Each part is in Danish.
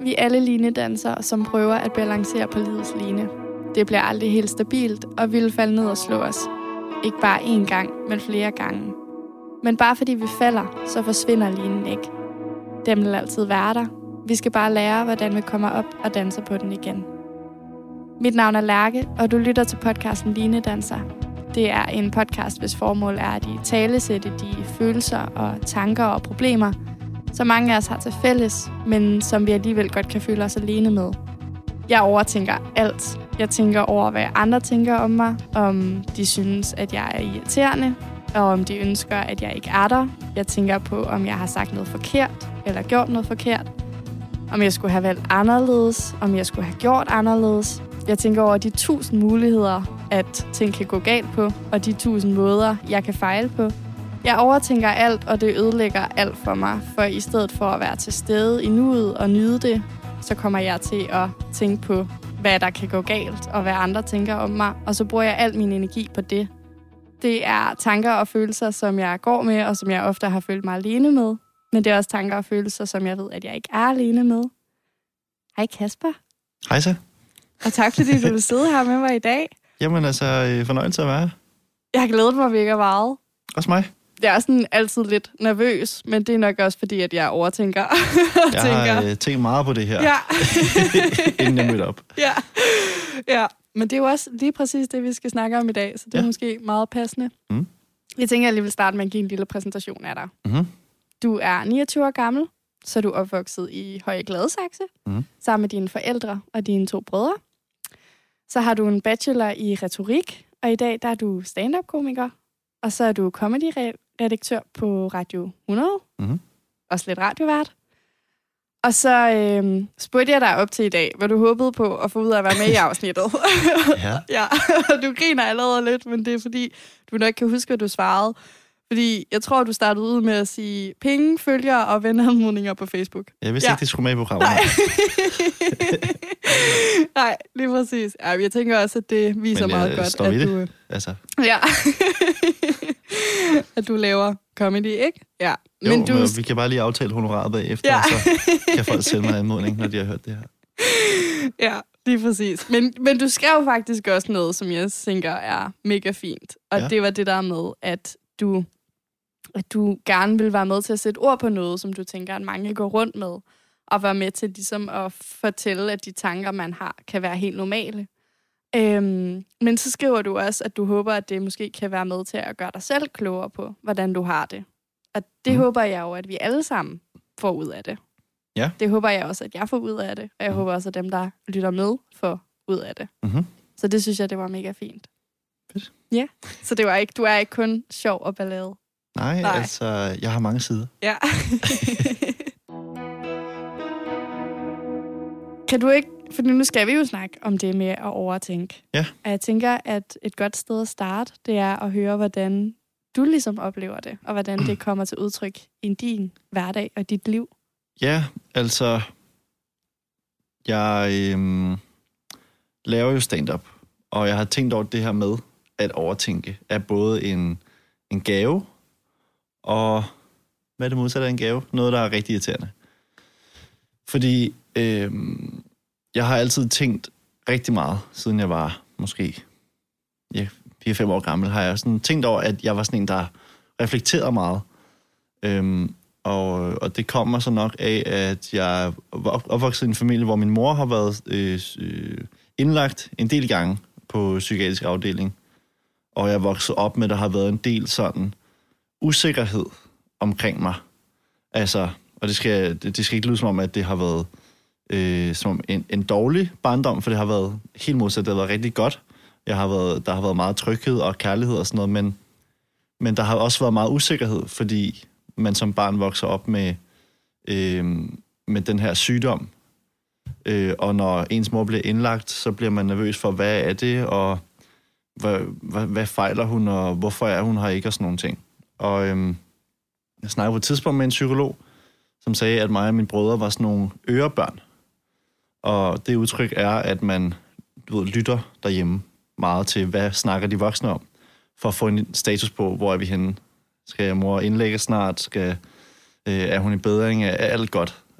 Vi er alle linedansere, som prøver at balancere på livets line. Det bliver aldrig helt stabilt, og vi vil falde ned og slå os. Ikke bare én gang, men flere gange. Men bare fordi vi falder, så forsvinder linen ikke. Den vil altid være der. Vi skal bare lære, hvordan vi kommer op og danser på den igen. Mit navn er Lærke, og du lytter til podcasten Linedanser. Det er en podcast, hvis formål er at italesætte de følelser og tanker og problemer, som mange af os har til fælles, men som vi alligevel godt kan føle os alene med. Jeg overtænker alt. Jeg tænker over, hvad andre tænker om mig, om de synes, at jeg er irriterende, og om de ønsker, at jeg ikke er der. Jeg tænker på, om jeg har sagt noget forkert, eller gjort noget forkert. Om jeg skulle have valgt anderledes, om jeg skulle have gjort anderledes. Jeg tænker over de 1000 muligheder, at ting kan gå galt på, og de 1000 måder, jeg kan fejle på. Jeg overtænker alt, og det ødelægger alt for mig, for i stedet for at være til stede i nuet og nyde det, så kommer jeg til at tænke på, hvad der kan gå galt, og hvad andre tænker om mig, og så bruger jeg al min energi på det. Det er tanker og følelser, som jeg går med, og som jeg ofte har følt mig alene med, men det er også tanker og følelser, som jeg ved, at jeg ikke er alene med. Hej Kasper. Hej så. Og tak fordi du vil sidde her med mig i dag. Jamen altså, fornøjelse at være her. Jeg har glædet mig mega meget. Også mig. Jeg er sådan altid lidt nervøs, men det er nok også fordi, at jeg overtænker. Jeg har tænkt meget på det her, ja. inden jeg mødte op. Ja, men det er jo også lige præcis det, vi skal snakke om i dag, så det er måske meget passende. Mm. Jeg tænker, at jeg lige vil starte med at give en lille præsentation af dig. Mm-hmm. Du er 29 år gammel, så er du opvokset i Høje Gladsaxe, sammen med dine forældre og dine 2 brødre. Så har du en bachelor i retorik, og i dag der er du stand-up-komiker. Og så er du comedy-redaktør på Radio 100. Mm-hmm. Også lidt radiovært. Og så spurgte jeg dig op til i dag, hvad du håbede på at få ud af at være med i afsnittet. Ja. Du griner allerede lidt, men det er fordi, du nok kan huske, hvad du svarede. Fordi jeg tror, du startede ud med at sige penge, følgere og venneanmodninger på Facebook. Jeg vidste ikke, det skulle med i programmet. Nej, lige præcis. Ja, jeg tænker også, at det viser meget godt, at du... Altså. Ja. At du laver comedy, ikke? Ja. Jo, men vi kan bare lige aftale honoraret bagefter, så kan folk sende mig en anmodning, når de har hørt det her. Ja, lige præcis. Men du skrev faktisk også noget, som jeg tænker er mega fint. Og det var det der med, at du gerne vil være med til at sætte ord på noget, som du tænker, at mange går rundt med, og være med til ligesom at fortælle, at de tanker, man har, kan være helt normale. Men så skriver du også, at du håber, at det måske kan være med til at gøre dig selv klogere på, hvordan du har det. Og det håber jeg jo, at vi alle sammen får ud af det. Ja. Det håber jeg også, at jeg får ud af det, og jeg håber også, at dem, der lytter med, får ud af det. Mm-hmm. Så det synes jeg, det var mega fint. Fedt. Ja, så du er ikke kun sjov og ballade. Nej, altså, jeg har mange sider. Ja. Kan du ikke, for nu skal vi jo snakke om det med at overtænke. Ja. Og jeg tænker, at et godt sted at starte, det er at høre, hvordan du ligesom oplever det, og hvordan det kommer til udtryk i din hverdag og dit liv. Ja, altså, jeg laver jo stand-up, og jeg har tænkt over det her med at overtænke, er både en gave, og hvad er det modsatte af en gave? Noget, der er rigtig irriterende. Fordi jeg har altid tænkt rigtig meget, siden jeg var måske 4-5 år gammel, har jeg sådan tænkt over, at jeg var sådan en, der reflekterede meget. Og det kommer så nok af, at jeg var opvokset i en familie, hvor min mor har været indlagt en del gange på psykiatrisk afdeling. Og jeg er vokset op med, at der har været en del sådan usikkerhed omkring mig. Altså, og det skal ikke lyde som om, at det har været som en dårlig barndom, for det har været helt modsat, det har været rigtig godt. Der har været meget tryghed og kærlighed og sådan noget, men der har også været meget usikkerhed, fordi man som barn vokser op med den her sygdom. Og når ens mor bliver indlagt, så bliver man nervøs for, hvad er det, og hvad fejler hun, og hvorfor er hun her ikke, og sådan nogle ting. Og jeg snakkede på et tidspunkt med en psykolog, som sagde, at mig og mine brødre var sådan nogle ørebørn. Og det udtryk er, at man lytter derhjemme meget til, hvad snakker de voksne om, for at få en status på, hvor er vi henne. Skal mor indlægge snart? Er hun i bedring? Er alt godt?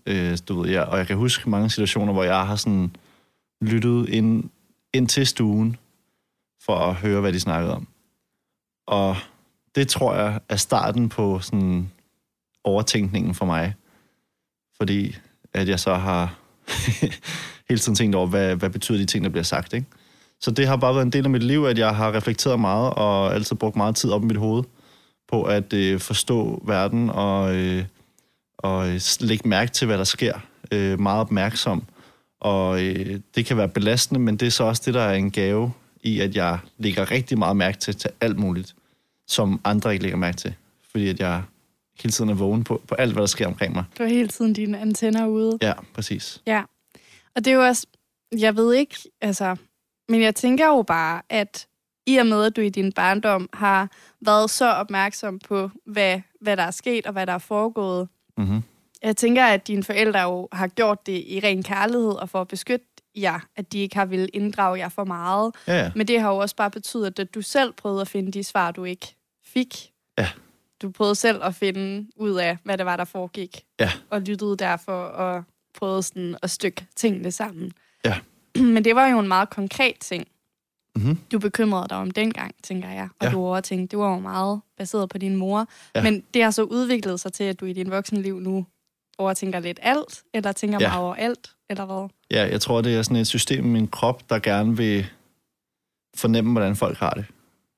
Og jeg kan huske mange situationer, hvor jeg har sådan lyttet ind til stuen for at høre, hvad de snakkede om. Og det tror jeg er starten på sådan overtænkningen for mig. Fordi at jeg så har hele tiden tænkt over, hvad betyder de ting, der bliver sagt, ikke? Så det har bare været en del af mit liv, at jeg har reflekteret meget og altid brugt meget tid op i mit hoved på at forstå verden og lægge mærke til, hvad der sker. Meget opmærksom. Og det kan være belastende, men det er så også det, der er en gave i, at jeg lægger rigtig meget mærke til alt muligt, som andre ikke lægger mærke til. Fordi at jeg hele tiden er vågen på alt, hvad der sker omkring mig. Du har hele tiden dine antenner ude. Ja, præcis. Ja, og det er jo også, jeg ved ikke, altså, men jeg tænker jo bare, at i og med, at du i din barndom har været så opmærksom på, hvad der er sket og hvad der er foregået. Mm-hmm. Jeg tænker, at dine forældre jo har gjort det i ren kærlighed og for at beskytte jer, at de ikke har ville inddrage jer for meget. Ja. Men det har jo også bare betydet, at du selv prøvede at finde de svar, du ikke fik. Ja. Du prøvede selv at finde ud af, hvad det var, der foregik. Ja. Og lyttede derfor og prøvede sådan at stykke tingene sammen. Ja. Men det var jo en meget konkret ting. Mm-hmm. Du bekymrede dig om dengang, tænker jeg. Og du overtænkte, det var jo meget baseret på din mor. Ja. Men det har så udviklet sig til, at du i din voksenliv nu overtænker lidt alt, eller tænker meget over alt, eller hvad? Ja, jeg tror, det er sådan et system i min krop, der gerne vil fornemme, hvordan folk har det.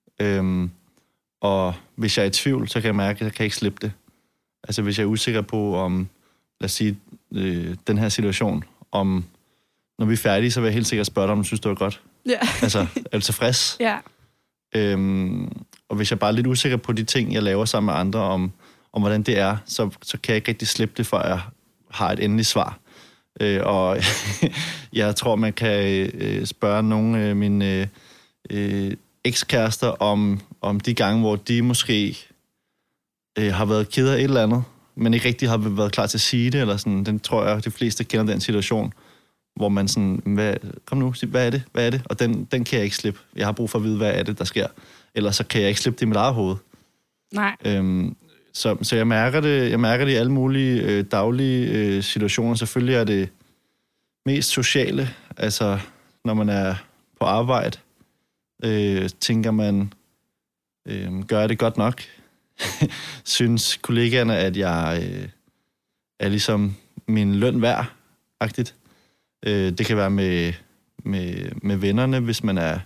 Og hvis jeg er i tvivl, så kan jeg mærke, at jeg kan ikke slippe det. Altså hvis jeg er usikker på, om, lad os sige, den her situation, om når vi er færdige, så vil jeg helt sikkert spørge dig, om du synes, det var godt. Ja. Altså, er du tilfreds? Ja. Og hvis jeg bare er lidt usikker på de ting, jeg laver sammen med andre, om hvordan det er, så kan jeg ikke rigtig slippe det, før jeg har et endeligt svar. Og jeg tror, man kan spørge nogle af mine ekskærester om de gange, hvor de måske har været ked af et eller andet, men ikke rigtig har været klar til at sige det, eller sådan. Den tror jeg, de fleste kender den situation, hvor man sådan, kom nu, sig, hvad er det? Og den kan jeg ikke slippe. Jeg har brug for at vide, hvad er det, der sker. Ellers så kan jeg ikke slippe det i mit eget hoved. Nej. Så jeg mærker det i alle mulige daglige situationer. Selvfølgelig er det mest sociale, altså når man er på arbejde, tænker man, gør jeg det godt nok? Synes kollegaerne, at jeg er ligesom min løn værd-agtigt? Det kan være med vennerne, hvis man er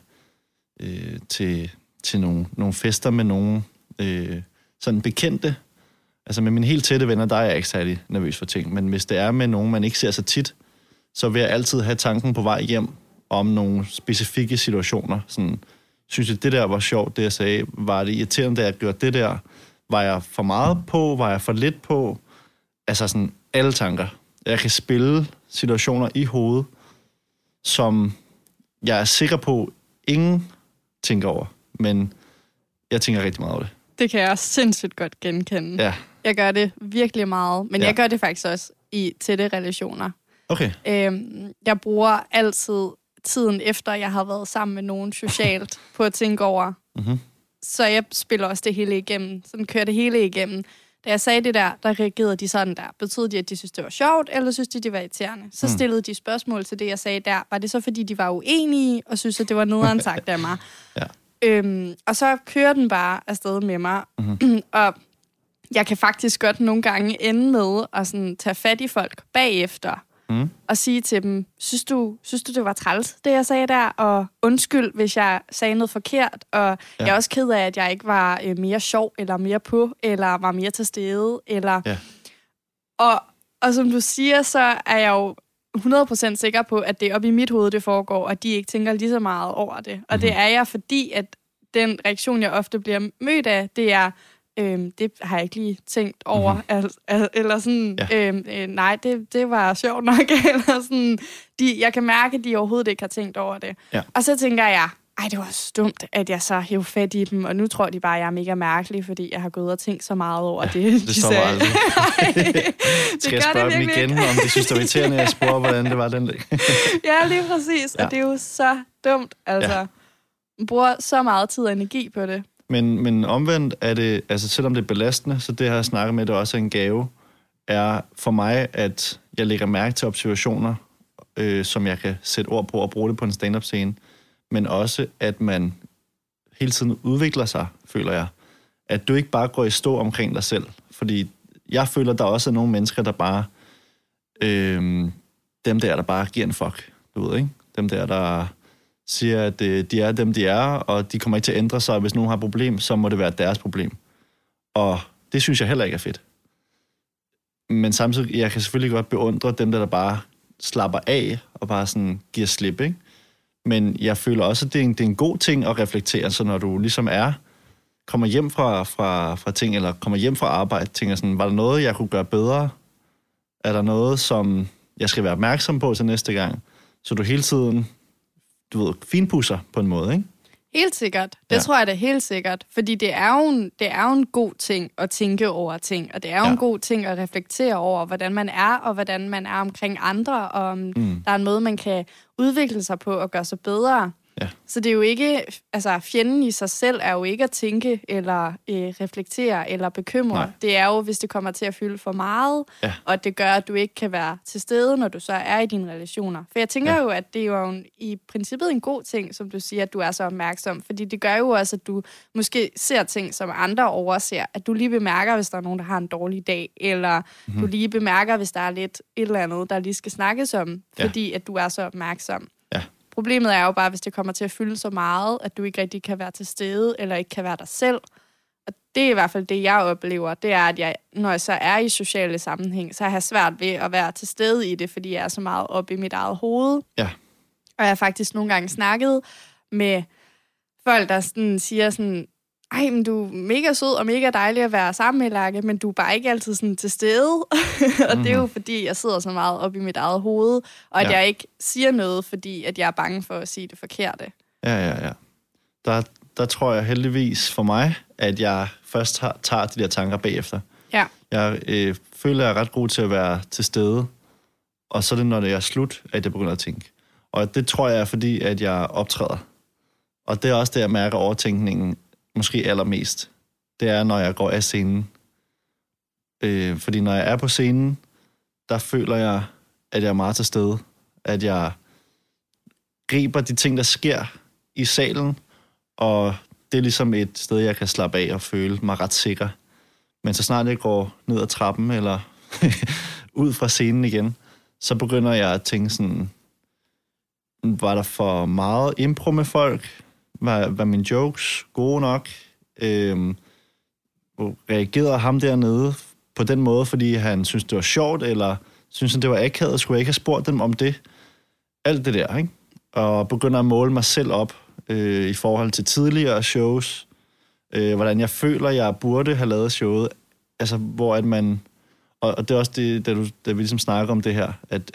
til nogle fester med nogle sådan bekendte. Altså med mine helt tætte venner, der er jeg ikke særlig nervøs for ting. Men hvis det er med nogen, man ikke ser så tit, så vil jeg altid have tanken på vej hjem om nogle specifikke situationer. Sådan, synes jeg, det der var sjovt, det jeg sagde. Var det irriterende, da jeg gjorde det der? Var jeg for meget på? Var jeg for lidt på? Altså sådan alle tanker. Jeg kan spille situationer i hovedet, som jeg er sikker på, ingen tænker over. Men jeg tænker rigtig meget over det. Det kan jeg også sindssygt godt genkende. Ja. Jeg gør det virkelig meget, men jeg gør det faktisk også i tætte relationer. Okay. Jeg bruger altid tiden efter, jeg har været sammen med nogen socialt på at tænke over. Mm-hmm. Så jeg spiller også det hele igennem. Sådan kører det hele igennem. Da jeg sagde det der reagerede de sådan der. Betød de, at de synes, det var sjovt, eller synes de, det var irriterende? Så stillede de spørgsmål til det, jeg sagde der. Var det så, fordi de var uenige, og synes, at det var nederen sagt af mig? Ja. Og så kører den bare afsted med mig. Mm-hmm. Og jeg kan faktisk godt nogle gange ende med at sådan tage fat i folk bagefter. Og sige til dem, synes du, det var træls, det jeg sagde der? Og undskyld, hvis jeg sagde noget forkert. Og jeg er også ked af, at jeg ikke var mere sjov, eller mere på, eller var mere til stede. Eller... Ja. Og som du siger, så er jeg jo 100% sikker på, at det er oppe i mit hoved, det foregår, og de ikke tænker lige så meget over det. Og det er jeg, fordi at den reaktion, jeg ofte bliver mødt af, det er... det har jeg ikke lige tænkt over, eller sådan, nej, det var sjovt nok, eller sådan, jeg kan mærke, at de overhovedet ikke har tænkt over det. Ja. Og så tænker jeg, det var så dumt, at jeg så hævde fat i dem, og nu tror de bare, at jeg er mega mærkelig, fordi jeg har gået og tænkt så meget over det. Det står aldrig. Skal jeg spørge dem igen, om de synes, det var irriterende, at jeg spurgte, hvordan det var den dag? Ja, lige præcis, og det er jo så dumt, altså. Man bruger så meget tid og energi på det. Men omvendt er det, altså selvom det er belastende, så det har jeg snakket med, det også er en gave, er for mig, at jeg lægger mærke til observationer, som jeg kan sætte ord på og bruge det på en stand-up-scene, men også, at man hele tiden udvikler sig, føler jeg. At du ikke bare går i stå omkring dig selv. Fordi jeg føler, der også er nogle mennesker, der bare... dem der bare giver en fuck, du ved, ikke? Dem der siger, at de er dem, de er, og de kommer ikke til at ændre sig, og hvis nogen har et problem, så må det være deres problem. Og det synes jeg heller ikke er fedt. Men samtidig, jeg kan selvfølgelig godt beundre dem, der bare slapper af, og bare sådan giver slip, ikke? Men jeg føler også, at det er en god ting at reflektere, så når du ligesom kommer hjem fra ting, eller kommer hjem fra arbejde, tænker sådan, var der noget, jeg kunne gøre bedre? Er der noget, som jeg skal være opmærksom på til næste gang? Så du hele tiden, du ved, finpudser på en måde, ikke? Helt sikkert. Det tror jeg da helt sikkert. Fordi det er jo en god ting at tænke over ting, og det er jo en god ting at reflektere over, hvordan man er, og hvordan man er omkring andre, og om der er en måde, man kan udvikle sig på og gøre sig bedre. Ja. Så det er jo ikke, altså fjenden i sig selv er jo ikke at tænke, eller reflektere, eller bekymre. Nej. Det er jo, hvis det kommer til at fylde for meget, og det gør, at du ikke kan være til stede, når du så er i dine relationer. For jeg tænker jo, at det er jo i princippet en god ting, som du siger, at du er så opmærksom. Fordi det gør jo også, at du måske ser ting, som andre overser. At du lige bemærker, hvis der er nogen, der har en dårlig dag, eller du lige bemærker, hvis der er lidt et eller andet, der lige skal snakkes om, fordi at du er så opmærksom. Problemet er jo bare, hvis det kommer til at fylde så meget, at du ikke rigtig kan være til stede, eller ikke kan være dig selv. Og det er i hvert fald det, jeg oplever. Det er, at når jeg så er i sociale sammenhæng, så har jeg svært ved at være til stede i det, fordi jeg er så meget oppe i mit eget hoved. Ja. Og jeg har faktisk nogle gange snakket med folk, der sådan siger sådan, ej, men du er mega sød og mega dejlig at være sammen med, Lærke, men du er bare ikke altid sådan til stede. Og det er jo fordi, jeg sidder så meget op i mit eget hoved, og at jeg ikke siger noget, fordi at jeg er bange for at sige det forkerte. Ja. Der tror jeg heldigvis for mig, at jeg først tager de der tanker bagefter. Ja. Jeg føler, jeg er ret god til at være til stede, og så er det, når det er slut, at jeg begynder at tænke. Og det tror jeg er fordi, at jeg optræder. Og det er også det, jeg mærker overtænkningen måske allermest. Det er, når jeg går af scenen. Fordi når jeg er på scenen, der føler jeg, at jeg er meget til stede. At jeg griber de ting, der sker i salen, og det er ligesom et sted, jeg kan slappe af og føle mig ret sikker. Men så snart jeg går ned ad trappen, eller ud fra scenen igen, så begynder jeg at tænke sådan, var der for meget impro med folk? Var mine jokes gode nok? Reagerede ham dernede på den måde, fordi han synes det var sjovt, eller synes han, det var akavet? Skulle jeg ikke have spurgt dem om det? Alt det der, ikke? Og begynder at måle mig selv op i forhold til tidligere shows. Hvordan jeg føler, jeg burde have lavet showet. Altså, hvor at man... Og det er også det, da vi ligesom snakker om det her,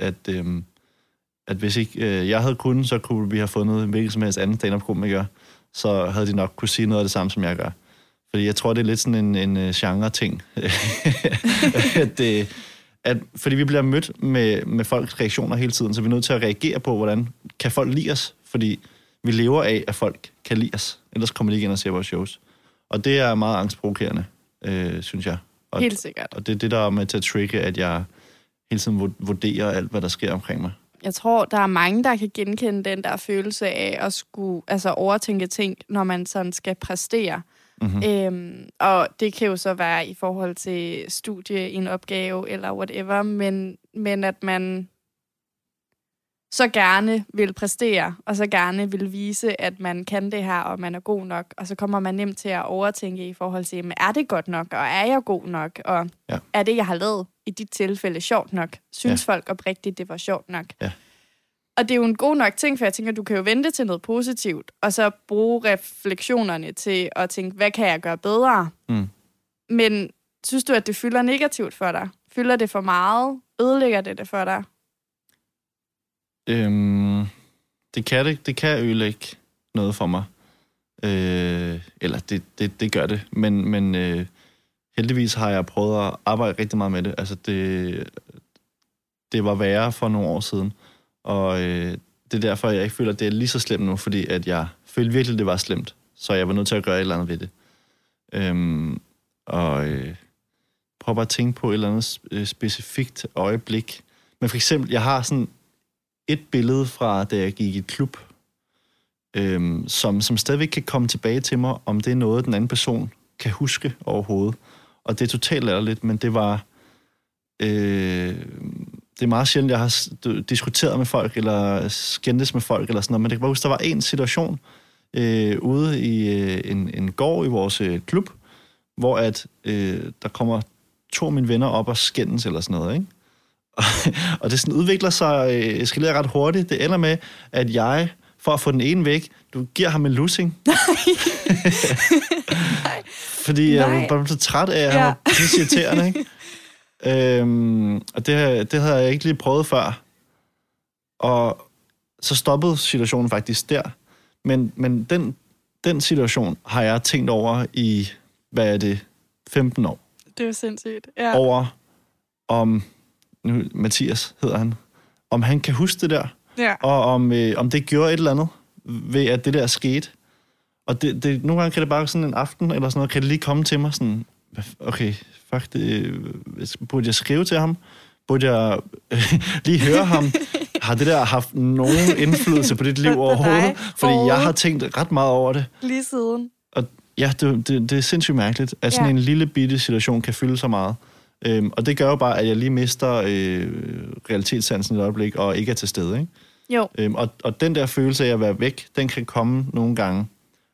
at hvis ikke jeg havde kunnet, så kunne vi have fundet en hvilken som helst anden stand-up-komiker, så havde de nok kunne sige noget af det samme, som jeg gør. Fordi jeg tror, det er lidt sådan en genre-ting. Fordi vi bliver mødt med folks reaktioner hele tiden, så vi er nødt til at reagere på, hvordan kan folk lide os? Fordi vi lever af, at folk kan lide os. Ellers kommer de ikke ind og ser vores shows. Og det er meget angstprovokerende, synes jeg. Helt sikkert. Og det er det, der er med til at trigge, at jeg hele tiden vurderer alt, hvad der sker omkring mig. Jeg tror, der er mange, der kan genkende den der følelse af at skulle overtænke ting, når man sådan skal præstere. Mm-hmm. Og det kan jo så være i forhold til studie, en opgave eller whatever, men at man så gerne vil præstere, og så gerne vil vise, at man kan det her, og man er god nok, og så kommer man nemt til at overtænke i forhold til, er det godt nok, og er jeg god nok, og er det, jeg har lavet i dit tilfælde, sjovt nok? Synes folk oprigtigt, det var sjovt nok? Ja. Og det er jo en god nok ting, for jeg tænker, du kan jo vente til noget positivt, og så bruge refleksionerne til at tænke, hvad kan jeg gøre bedre? Mm. Men synes du, at det fylder negativt for dig? Fylder det for meget? Ødelægger det for dig? Det kan ødelægge noget for mig. Eller det gør det. Men heldigvis har jeg prøvet at arbejde rigtig meget med det. Altså det var værre for nogle år siden. Og det er derfor, jeg ikke føler, at det er lige så slemt nu, fordi at jeg følte virkelig, det var slemt. Så jeg var nødt til at gøre et eller andet ved det. prøver bare at tænke på et eller andet specifikt øjeblik. Men for eksempel, jeg har sådan et billede fra, da jeg gik i et klub, som stadigvæk kan komme tilbage til mig, om det er noget, den anden person kan huske overhovedet. Og det er totalt latterligt, men det var... det er meget sjældent, jeg har diskuteret med folk, eller skændtes med folk, eller sådan noget, men det kan bare huske, der var en situation ude i en gård i vores klub, hvor at der kommer 2 af mine venner op og skændes, eller sådan noget, ikke? Og det sådan udvikler sig, eskalerer ret hurtigt. Det ender med, at jeg, for at få den ene væk, du giver ham en lussing. Fordi jeg var så træt af, at han var så irriterende, ikke? Og det havde jeg ikke lige prøvet før. Og så stoppede situationen faktisk der. Men den situation har jeg tænkt over i, 15 år. Det er jo sindssygt. Ja. Over om, nu Mathias hedder han, om han kan huske det der, og om det gjorde et eller andet ved, at det der skete. Og det nogle gange kan det bare sådan en aften, eller sådan noget, kan det lige komme til mig sådan, okay, fuck, burde jeg skrive til ham? Burde jeg lige høre ham? Har det der haft nogen indflydelse på dit liv overhovedet? Fordi jeg har tænkt ret meget over det. Lige siden. Og ja, det er sindssygt mærkeligt, at sådan en lille bitte situation kan fylde så meget. Og det gør jo bare, at jeg lige mister realitetssansen et øjeblik, og ikke er til stede, ikke? Jo. Og den der følelse af at være væk, den kan komme nogle gange,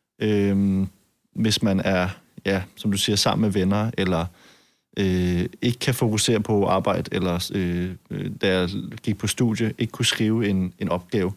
hvis man er, ja, som du siger, sammen med venner, eller ikke kan fokusere på arbejde, eller da jeg gik på studie, ikke kunne skrive en opgave.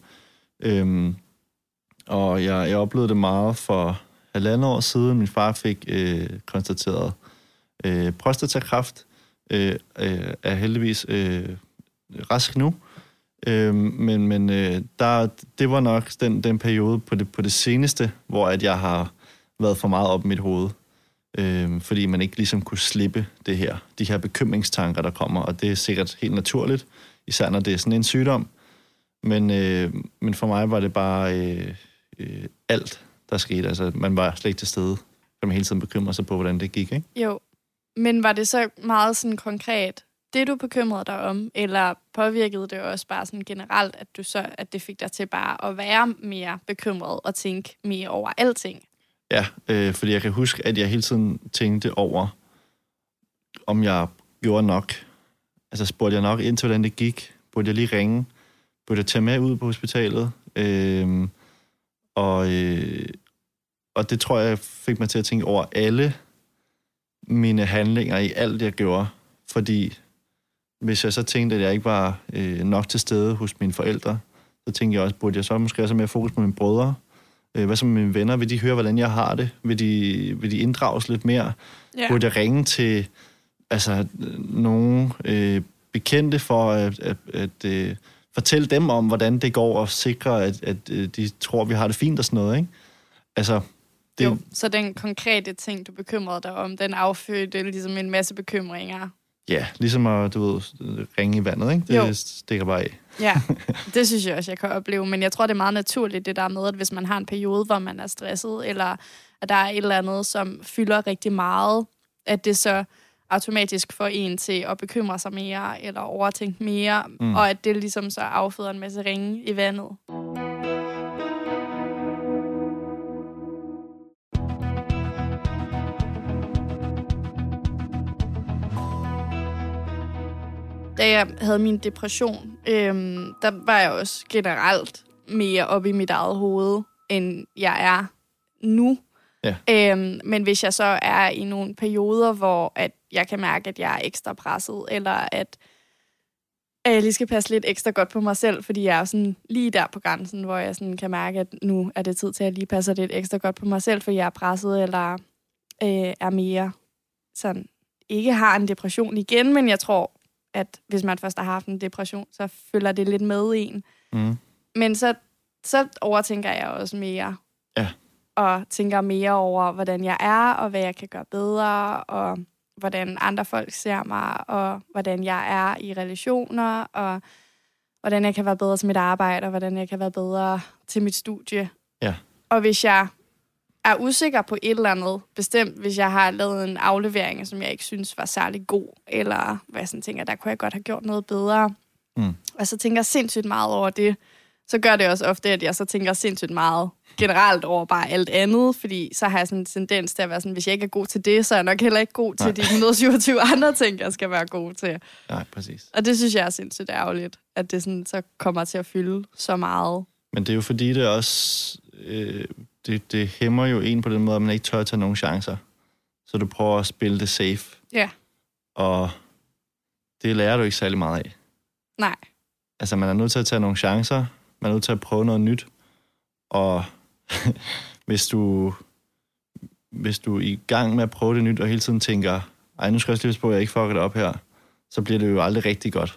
Og jeg oplevede det meget for 1,5 år siden. Min far fik konstateret prostatakræft, er heldigvis rask nu. Men det var nok den periode på det seneste, hvor at jeg har været for meget op i mit hoved. Fordi man ikke ligesom kunne slippe de her bekymringstanker, der kommer. Og det er sikkert helt naturligt, især når det er sådan en sygdom. Men for mig var det bare alt, der skete. Altså, man var slet ikke til stede. Man hele tiden bekymrede sig på, hvordan det gik, ikke? Jo. Men var det så meget sådan konkret, det du bekymrede dig om, eller påvirkede det også bare sådan generelt, at det fik dig til bare at være mere bekymret og tænke mere over alting? Ja, fordi jeg kan huske, at jeg hele tiden tænkte over, om jeg gjorde nok. Altså spurgte jeg nok ind til, hvordan det gik? Burde jeg lige ringe? Burde jeg tage med ud på hospitalet? Og det tror jeg fik mig til at tænke over alle mine handlinger i alt, jeg gjorde. Fordi hvis jeg så tænkte, at jeg ikke var nok til stede hos mine forældre, så tænkte jeg også, burde jeg så måske også have mere fokus på mine brødre? Hvad så med mine venner? Vil de høre, hvordan jeg har det? Vil de inddrages lidt mere? Yeah. Burde jeg ringe til nogle bekendte for at fortælle dem om, hvordan det går, og sikre, at de tror, vi har det fint og sådan noget, ikke? Altså, det... Jo, så den konkrete ting, du bekymrede dig om, den affødte ligesom en masse bekymringer. Ja, ligesom at, ringe i vandet, ikke? Det stikker bare af. Ja, det synes jeg også, jeg kan opleve. Men jeg tror, det er meget naturligt, det der med, at hvis man har en periode, hvor man er stresset, eller at der er et eller andet, som fylder rigtig meget, at det så automatisk får en til at bekymre sig mere, eller overtænke mere, og at det ligesom så afføder en masse ringe i vandet. Da jeg havde min depression, der var jeg også generelt mere oppe i mit eget hoved, end jeg er nu. Ja. Men hvis jeg så er i nogle perioder, hvor at jeg kan mærke, at jeg er ekstra presset, eller at jeg lige skal passe lidt ekstra godt på mig selv, fordi jeg er sådan lige der på grænsen, hvor jeg sådan kan mærke, at nu er det tid til, at jeg lige passer lidt ekstra godt på mig selv, fordi jeg er presset, eller er mere sådan, ikke har en depression igen, men jeg tror, at hvis man først har haft en depression, så følger det lidt med en. Men så overtænker jeg også mere. Ja. Og tænker mere over, hvordan jeg er, og hvad jeg kan gøre bedre, og hvordan andre folk ser mig, og hvordan jeg er i relationer, og hvordan jeg kan være bedre til mit arbejde, og hvordan jeg kan være bedre til mit studie. Ja. Og hvis jeg er usikker på et eller andet bestemt, hvis jeg har lavet en aflevering, som jeg ikke synes var særlig god, eller hvad jeg sådan tænker, der kunne jeg godt have gjort noget bedre. Og så tænker jeg sindssygt meget over det. Så gør det også ofte, at jeg så tænker sindssygt meget generelt over bare alt andet, fordi så har jeg sådan en tendens til at være sådan, hvis jeg ikke er god til det, så er jeg nok heller ikke god til de 127 andre ting, jeg skal være god til. Nej, præcis. Og det synes jeg er sindssygt ærgerligt, at det sådan, så kommer til at fylde så meget. Men det er jo fordi, det også... Det hæmmer jo en på den måde, at man ikke tør at tage nogen chancer. Så du prøver at spille det safe. Ja. Og det lærer du ikke særlig meget af. Nej. Altså, man er nødt til at tage nogle chancer. Man er nødt til at prøve noget nyt. Og hvis du er i gang med at prøve det nyt, og hele tiden tænker, nu skal jeg også lige på, at jeg ikke fucker det op her, så bliver det jo aldrig rigtig godt.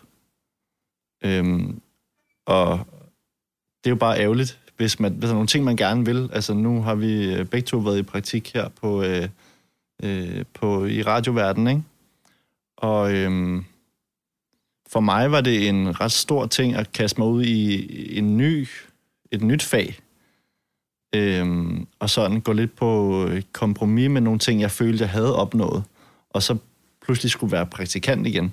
Og det er jo bare ærgerligt, hvis der er nogle ting, man gerne vil. Altså, nu har vi begge to været i praktik her i radioverdenen, ikke? Og for mig var det en ret stor ting at kaste mig ud i et nyt fag. Og sådan gå lidt på kompromis med nogle ting, jeg følte, jeg havde opnået. Og så pludselig skulle være praktikant igen.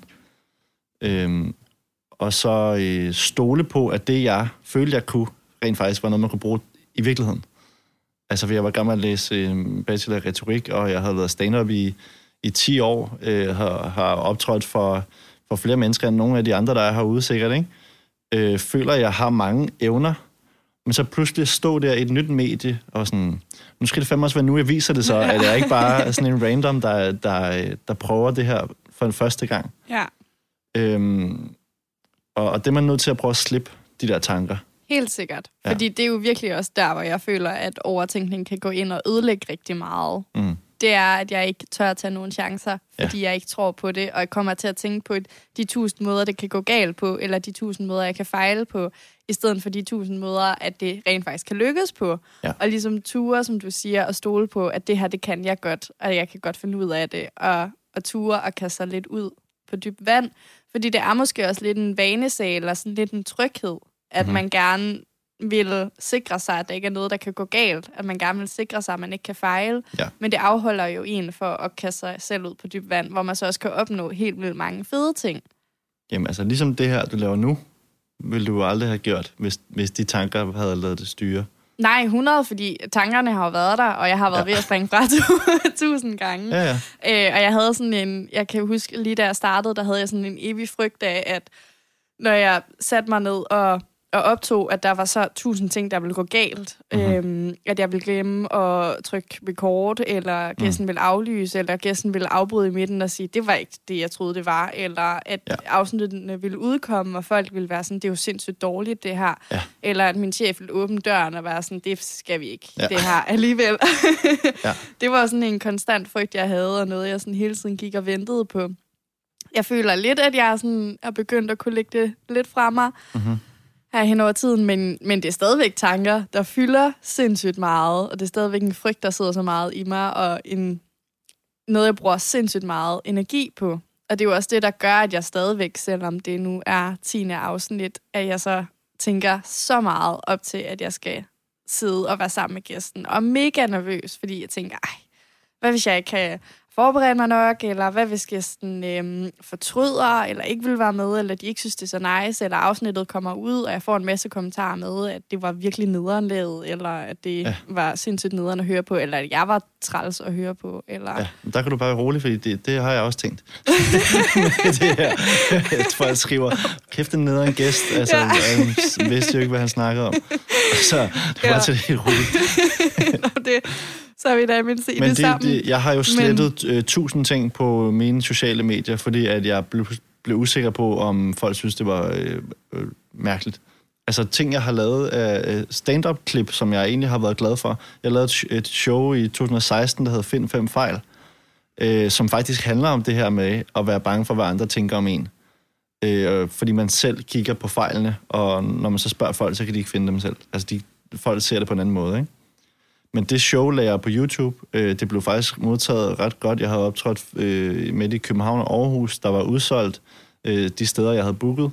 Og så stole på, at det, jeg følte, jeg kunne, rent faktisk var noget, man kunne bruge i virkeligheden. Altså, for jeg var gammel at læse bachelor i retorik, og jeg havde været stand-up i 10 år, har optrådt for flere mennesker end nogle af de andre, der er herude sikkert, ikke? Føler, at jeg har mange evner, men så pludselig stå der i et nyt medie, og sådan, nu skal det fandme også være nu, jeg viser det så, at jeg ikke bare er sådan en random, der prøver det her for den første gang. Ja. Og det er man nødt til at prøve at slippe de der tanker. Helt sikkert. Ja. Fordi det er jo virkelig også der, hvor jeg føler, at overtænkning kan gå ind og ødelægge rigtig meget. Det er, at jeg ikke tør at tage nogen chancer, fordi jeg ikke tror på det, og jeg kommer til at tænke på de 1000 måder, det kan gå galt på, eller de 1000 måder, jeg kan fejle på, i stedet for de 1000 måder, at det rent faktisk kan lykkes på. Ja. Og ligesom ture, som du siger, og stole på, at det her, det kan jeg godt, og jeg kan godt finde ud af det, og ture og kaste sig lidt ud på dybt vand. Fordi det er måske også lidt en vanesag, eller sådan lidt en tryghed, at man gerne vil sikre sig, at der ikke er noget, der kan gå galt. At man gerne vil sikre sig, at man ikke kan fejle. Ja. Men det afholder jo en for at kaste sig selv ud på dybt vand, hvor man så også kan opnå helt vildt mange fede ting. Jamen altså, ligesom det her, du laver nu, ville du aldrig have gjort, hvis de tanker havde lavet det styre. Nej, 100, fordi tankerne har jo været der, og jeg har været ved at springe fra 1000 gange. Ja. Og jeg havde sådan jeg kan huske, lige da jeg startede, der havde jeg sådan en evig frygt af, at når jeg satte mig ned og optog, at der var så 1000 ting, der ville gå galt. At jeg ville glemme at trykke record, eller gæsten ville aflyse, eller gæsten ville afbryde i midten og sige, det var ikke det, jeg troede, det var. Eller at afsnittene ville udkomme, og folk ville være sådan, det er jo sindssygt dårligt, det her. Ja. Eller at min chef ville åbne døren og være sådan, det skal vi ikke, det her alligevel. Det var sådan en konstant frygt, jeg havde, og noget, jeg sådan hele tiden gik og ventede på. Jeg føler lidt, at jeg sådan er begyndt at kunne lægge det lidt fra mig. Her hen over tiden, men det er stadigvæk tanker, der fylder sindssygt meget, og det er stadigvæk en frygt, der sidder så meget i mig, og noget, jeg bruger sindssygt meget energi på. Og det er jo også det, der gør, at jeg stadigvæk, selvom det nu er 10. afsnit, at jeg så tænker så meget op til, at jeg skal sidde og være sammen med gæsten. Og mega nervøs, fordi jeg tænker, hvad hvis jeg ikke kan forberede mig nok, eller hvad hvis gæsten fortryder, eller ikke vil være med, eller de ikke synes, det er så nice, eller afsnittet kommer ud, og jeg får en masse kommentarer med, at det var virkelig nederen lavet, eller at det var sindssygt nederen at høre på, eller at jeg var træls at høre på. Eller... Ja, der kan du bare være rolig, fordi det har jeg også tænkt. Det her. Folk skriver, kæft en nederen gæst, altså han vidste jo ikke, hvad han snakkede om. Så det var til det helt roligt. Så er vi da i det sammen. Jeg har jo slettet 1000 ting på mine sociale medier, fordi at jeg blev usikker på, om folk synes, det var mærkeligt. Altså ting, jeg har lavet af stand-up-klip, som jeg egentlig har været glad for. Jeg lavede et show i 2016, der hedder Find 5 fejl, som faktisk handler om det her med at være bange for, hvad andre tænker om en. Fordi man selv kigger på fejlene, og når man så spørger folk, så kan de ikke finde dem selv. Altså folk ser det på en anden måde, ikke? Men det show lagde jeg på YouTube. Det blev faktisk modtaget ret godt. Jeg havde optrådt midt i København og Aarhus, der var udsolgt de steder, jeg havde booket.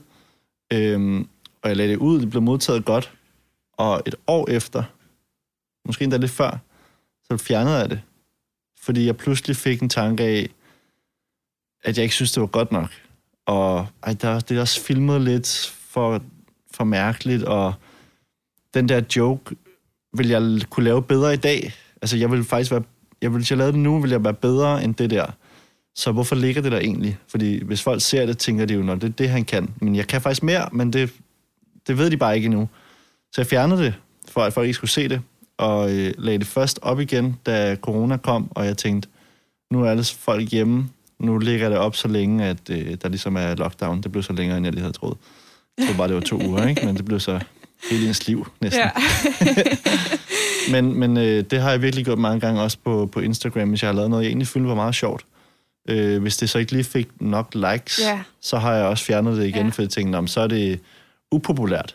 Og jeg lagde det ud, det blev modtaget godt. Og et år efter, måske endda lidt før, så fjernede jeg det. Fordi jeg pludselig fik en tanke af, at jeg ikke synes, det var godt nok. Og det er også filmet lidt for mærkeligt, og den der joke vil jeg kunne lave bedre i dag. Altså, hvis jeg lavede det nu, ville jeg være bedre end det der. Så hvorfor ligger det der egentlig? Fordi hvis folk ser det, tænker de jo, det er det, han kan. Men jeg kan faktisk mere, men det ved de bare ikke endnu. Så jeg fjernede det, for at folk ikke skulle se det, og lagde det først op igen, da corona kom, og jeg tænkte, nu er alle folk hjemme, nu ligger det op så længe, at der ligesom er lockdown. Det blev så længere, end jeg lige havde troet. Jeg tror bare, det var 2 uger, ikke? Men det blev så hele ens liv, næsten. Ja. men det har jeg virkelig gjort mange gange, også på Instagram, hvis jeg har lavet noget, jeg egentlig følte var meget sjovt. Hvis det så ikke lige fik nok likes, så har jeg også fjernet det igen, for jeg tænkte, så er det upopulært.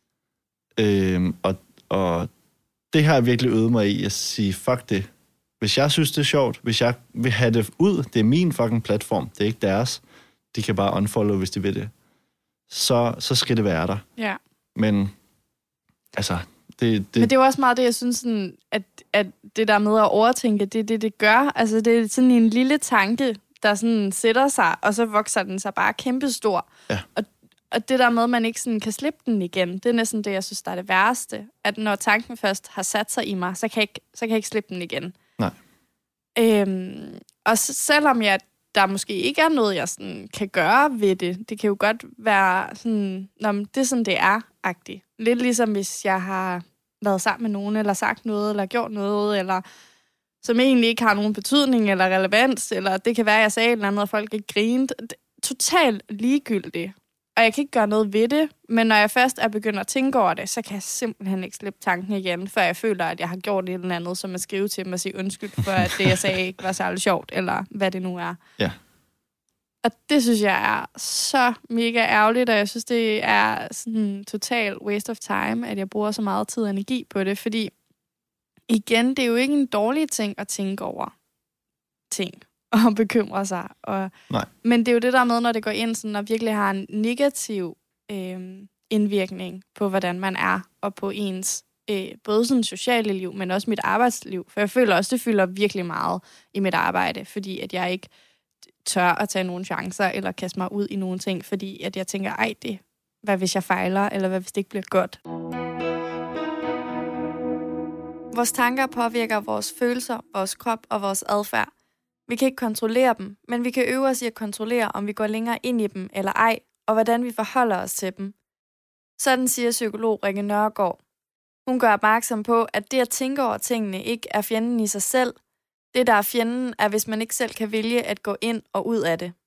Og det har jeg virkelig øvet mig i, at sige, fuck det. Hvis jeg synes, det er sjovt, hvis jeg vil have det ud, det er min fucking platform, det er ikke deres, de kan bare unfollow, hvis de vil det, så skal det være der. Ja. Men, altså, Men det er jo også meget det, jeg synes, sådan, at det der med at overtænke, det gør. Altså, det er sådan en lille tanke, der sådan sætter sig, og så vokser den sig bare kæmpestor. Ja. Og det der med, at man ikke sådan kan slippe den igen, det er næsten det, jeg synes, der er det værste. At når tanken først har sat sig i mig, så kan jeg ikke slippe den igen. Nej. Og selvom der måske ikke er noget, jeg sådan kan gøre ved det, det kan jo godt være sådan, det er sådan, det er-agtigt. Lidt ligesom hvis jeg har været sammen med nogen, eller sagt noget, eller gjort noget, eller som egentlig ikke har nogen betydning eller relevans, eller det kan være, at jeg sagde et eller andet, og folk ikke grinede. Totalt ligegyldigt. Og jeg kan ikke gøre noget ved det, men når jeg først er begyndt at tænke over det, så kan jeg simpelthen ikke slippe tanken igen, før jeg føler, at jeg har gjort et eller andet, som at skrive til dem og sige undskyld for, at det, jeg sagde, ikke var særlig sjovt, eller hvad det nu er. Ja. Og det synes jeg er så mega ærgerligt, og jeg synes, det er sådan en total waste of time, at jeg bruger så meget tid og energi på det, fordi igen, det er jo ikke en dårlig ting at tænke over ting og bekymre sig. Men det er jo det der med, når det går ind sådan, og virkelig har en negativ indvirkning på, hvordan man er, og på ens både sådan sociale liv, men også mit arbejdsliv. For jeg føler også, det fylder virkelig meget i mit arbejde, fordi at jeg ikke tør at tage nogle chancer, eller kaste mig ud i nogle ting, fordi at jeg tænker, hvad hvis jeg fejler, eller hvad hvis det ikke bliver godt. Vores tanker påvirker vores følelser, vores krop og vores adfærd. Vi kan ikke kontrollere dem, men vi kan øve os i at kontrollere, om vi går længere ind i dem eller ej, og hvordan vi forholder os til dem. Sådan siger psykolog Rikke Nørgaard. Hun gør opmærksom på, at det at tænke over tingene ikke er fjenden i sig selv. Det, der er fjenden, er, hvis man ikke selv kan vælge at gå ind og ud af det.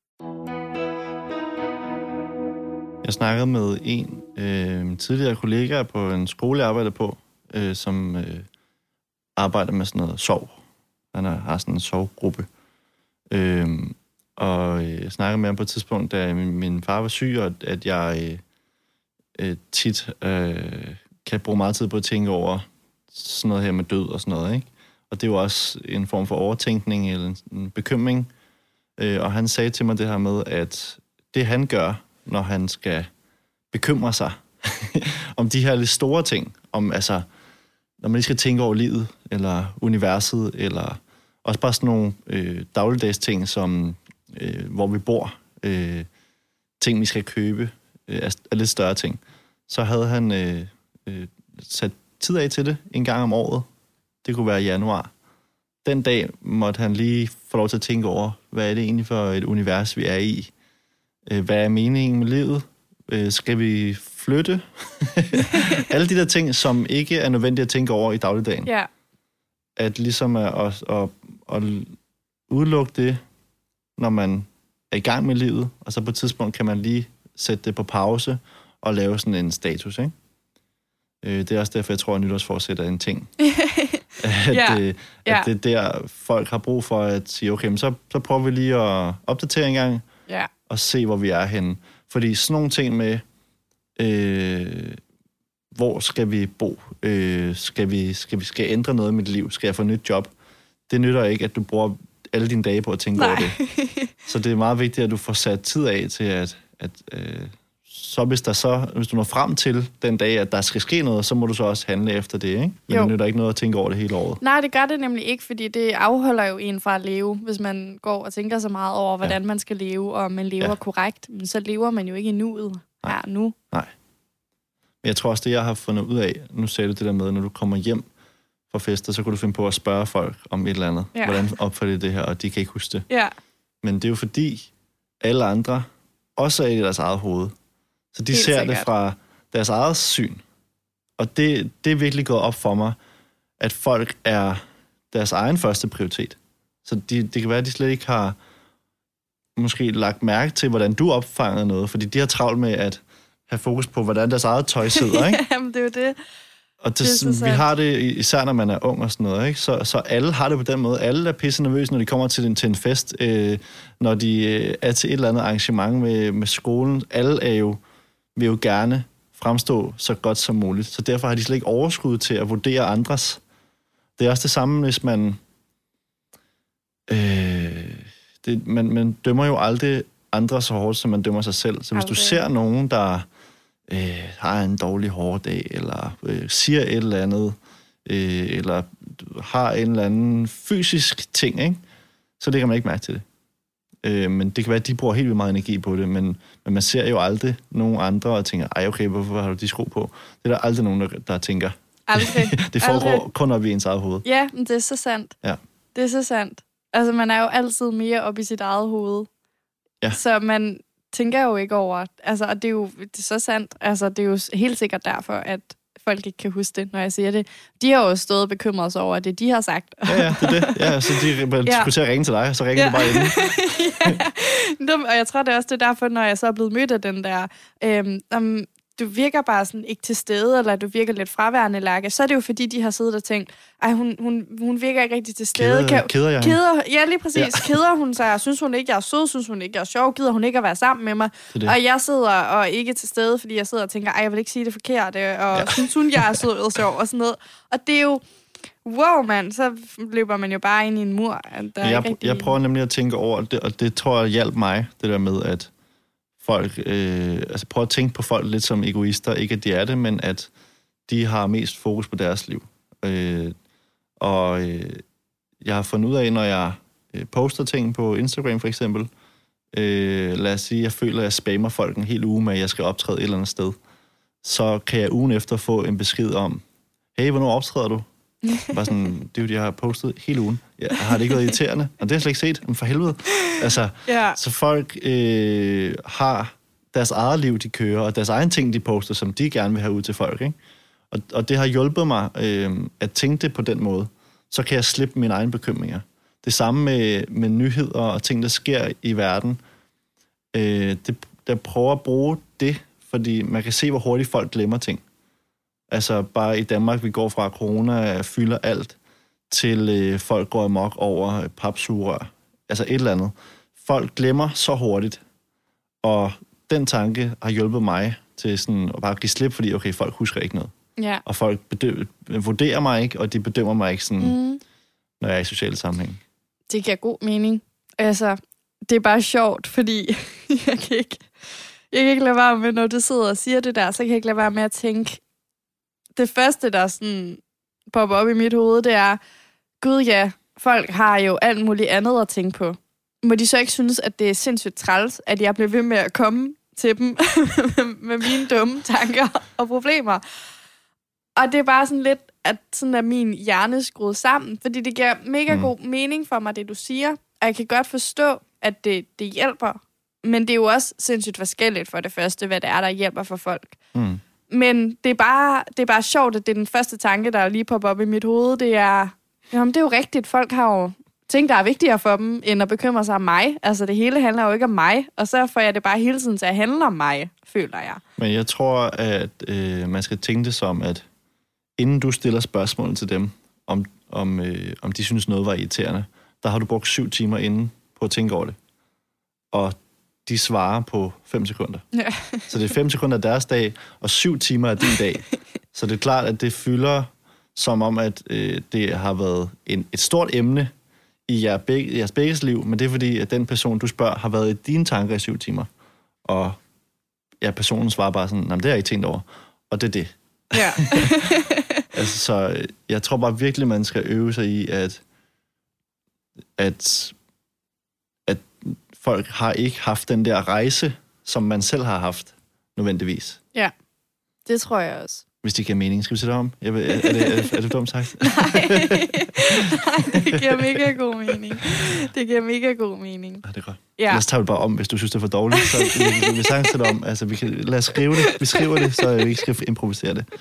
Jeg snakkede med en tidligere kollega på en skole, jeg arbejder på, som arbejder med sådan noget sov. Han har sådan en sovgruppe. Og jeg snakkede med ham på et tidspunkt, da min far var syg, og at jeg tit kan bruge meget tid på at tænke over sådan noget her med død og sådan noget, ikke? Og det er jo også en form for overtænkning eller en bekymring. Og han sagde til mig det her med, at det han gør, når han skal bekymre sig om de her lidt store ting, om altså, når man lige skal tænke over livet, eller universet, eller også bare sådan nogle dagligdags ting, som hvor vi bor, ting vi skal købe, er lidt større ting. Så havde han sat tid af til det en gang om året. Det kunne være i januar. Den dag måtte han lige få lov til at tænke over, hvad er det egentlig for et univers, vi er i? Hvad er meningen med livet? Skal vi flytte? Alle de der ting, som ikke er nødvendige at tænke over i dagligdagen. Ja. At ligesom at udelukke det, når man er i gang med livet, og så på et tidspunkt kan man lige sætte det på pause og lave sådan en status, ikke? Det er også derfor, jeg tror, at nytårsforsæt er en ting. At det er der, folk har brug for at sige, okay, men så prøver vi lige at opdatere en gang, og se, hvor vi er henne. Fordi sådan nogle ting med, hvor skal vi bo? Skal jeg ændre noget i mit liv? Skal jeg få et nyt job? Det nytter ikke, at du bruger alle dine dage på at tænke over det. Så det er meget vigtigt, at du får sat tid af til at hvis du når frem til den dag, at der skal ske noget, så må du så også handle efter det, ikke? Men Jo. det nytter ikke noget at tænke over det hele året. Nej, det gør det nemlig ikke, fordi det afholder jo en fra at leve, hvis man går og tænker så meget over, hvordan man skal leve, og man lever korrekt. Men så lever man jo ikke i nuet her nu. Nej. Men jeg tror også, det jeg har fundet ud af, nu sagde du det der med, når du kommer hjem fra fester, så kunne du finde på at spørge folk om et eller andet. Ja. Hvordan opfatter de det her, og de kan ikke huske det. Ja. Men det er jo fordi, alle andre også er i deres eget hoved. Så de Helt ser sikkert. det fra deres eget syn. Og det er virkelig gået op for mig, at folk er deres egen første prioritet. Så det kan være, at de slet ikke har måske lagt mærke til, hvordan du opfangede noget, fordi de har travlt med at have fokus på, hvordan deres eget tøj sidder, ikke? Jamen, det er jo det. Og vi har det, især når man er ung og sådan noget, ikke? Så alle har det på den måde. Alle er pisse nervøse, når de kommer til en fest, når de er til et eller andet arrangement med skolen. Alle vil jo gerne fremstå så godt som muligt. Så derfor har de slet ikke overskud til at vurdere andres. Det er også det samme, hvis man... man dømmer jo aldrig andre så hårdt, som man dømmer sig selv. Så hvis du ser nogen, der har en dårlig hårdag, eller siger et eller andet, eller har en eller anden fysisk ting, ikke? Så lægger man ikke mærke til det. Men det kan være, at de bruger helt vildt meget energi på det, men man ser jo aldrig nogen andre og tænker, ej okay, hvorfor har du de sko på? Det er der aldrig nogen, der tænker. Aldrig. Det foregår kun op i ens eget hoved. Ja, men det er så sandt. Ja. Det er så sandt. Altså, man er jo altid mere op i sit eget hoved. Ja. Så man tænker jo ikke over... Altså, og det er så sandt. Altså, det er jo helt sikkert derfor, at folk ikke kan huske det, når jeg siger det. De har jo stået bekymret sig over det, de har sagt. Ja, det er det. Ja, så de skulle til at ringe til dig, så ringer du bare inden. Og jeg tror, det er også det derfor, når jeg så er blevet mødt af den der... du virker bare sådan ikke til stede, eller du virker lidt fraværende, Lærke, så er det jo fordi, de har siddet og tænkt, ej, hun virker ikke rigtig til stede. Keder jeg? Ja, lige præcis. Ja. Keder hun sig? Synes hun ikke, jeg er sød? Synes hun ikke, jeg er sjov? Gider hun ikke at være sammen med mig? Det. Og jeg sidder og ikke til stede, fordi jeg sidder og tænker, ej, jeg vil ikke sige det forkerte, og synes hun, jeg er sød og sjov, og sådan noget. Og det er jo, wow, mand, så løber man jo bare ind i en mur. Jeg prøver nemlig at tænke over det, og det tror jeg hjalp mig, det der med, at folk, prøv at tænke på folk lidt som egoister. Ikke at de er det, men at de har mest fokus på deres liv. Jeg har fundet ud af, når jeg poster ting på Instagram for eksempel, lad os sige, jeg føler, at jeg spammer folk en hel uge med, at jeg skal optræde et eller andet sted, så kan jeg ugen efter få en besked om, hey, hvornår optræder du? Bare sådan, det er jo, jeg har postet hele ugen. Jeg har det ikke været irriterende, og det har jeg slet ikke set, men for helvede. Altså, så folk har deres eget liv, de kører, og deres egen ting, de poster, som de gerne vil have ud til folk, ikke? Og det har hjulpet mig at tænke det på den måde. Så kan jeg slippe mine egne bekymringer. Det samme med nyheder og ting, der sker i verden. Der prøver at bruge det, fordi man kan se, hvor hurtigt folk glemmer ting. Altså bare i Danmark, vi går fra corona fylder alt, til folk går amok over papsugerør. Altså et eller andet. Folk glemmer så hurtigt, og den tanke har hjulpet mig til sådan at bare give slip, fordi okay, folk husker ikke noget. Ja. Og folk vurderer mig ikke, og de bedømmer mig ikke sådan, når jeg er i sociale sammenhæng. Det giver god mening. Altså, det er bare sjovt, fordi jeg kan ikke lade være med, når du sidder og siger det der, så kan jeg ikke lade være med at tænke, det første, der sådan popper op i mit hoved, det er, gud ja, folk har jo alt muligt andet at tænke på. Må de så ikke synes, at det er sindssygt træls, at jeg bliver ved med at komme til dem med mine dumme tanker og problemer? Og det er bare sådan lidt, at sådan er min hjerne skruet sammen, fordi det giver mega god mening for mig, det du siger. Og jeg kan godt forstå, at det hjælper. Men det er jo også sindssygt forskelligt for det første, hvad det er, der hjælper for folk. Men det er bare sjovt, at det er den første tanke, der lige popper op i mit hoved. Det er, jamen det er jo rigtigt, folk har jo ting, der er vigtigere for dem, end at bekymre sig om mig. Altså det hele handler jo ikke om mig, og så får jeg det bare hele tiden til at handle om mig, føler jeg. Men jeg tror, at man skal tænke det som, at inden du stiller spørgsmål til dem, om de synes noget var irriterende, der har du brugt 7 timer inden på at tænke over det. Og de svarer på 5 sekunder. Ja. Så det er 5 sekunder af deres dag, og 7 timer af din dag. Så det er klart, at det fylder som om, at det har været et stort emne i jeres begges liv, men det er fordi, at den person, du spørger, har været i dine tanker i 7 timer. Og personen svarer bare sådan, nej, det har jeg ikke tænkt over. Og det er det. Ja. Altså, så jeg tror bare virkelig, man skal øve sig i, at folk har ikke haft den der rejse, som man selv har haft, nødvendigvis. Ja, det tror jeg også. Hvis det giver mening. Skal vi sætte om? Er det dumt sagt? Nej, det giver mega god mening. Det giver mega god mening. Ja, det er godt. Ja. Lad os tage det bare om, hvis du synes, det er for dårligt. Så vi sagtens sætte om. Altså, lad os skrive det. Vi skriver det, så vi ikke skal improvisere det.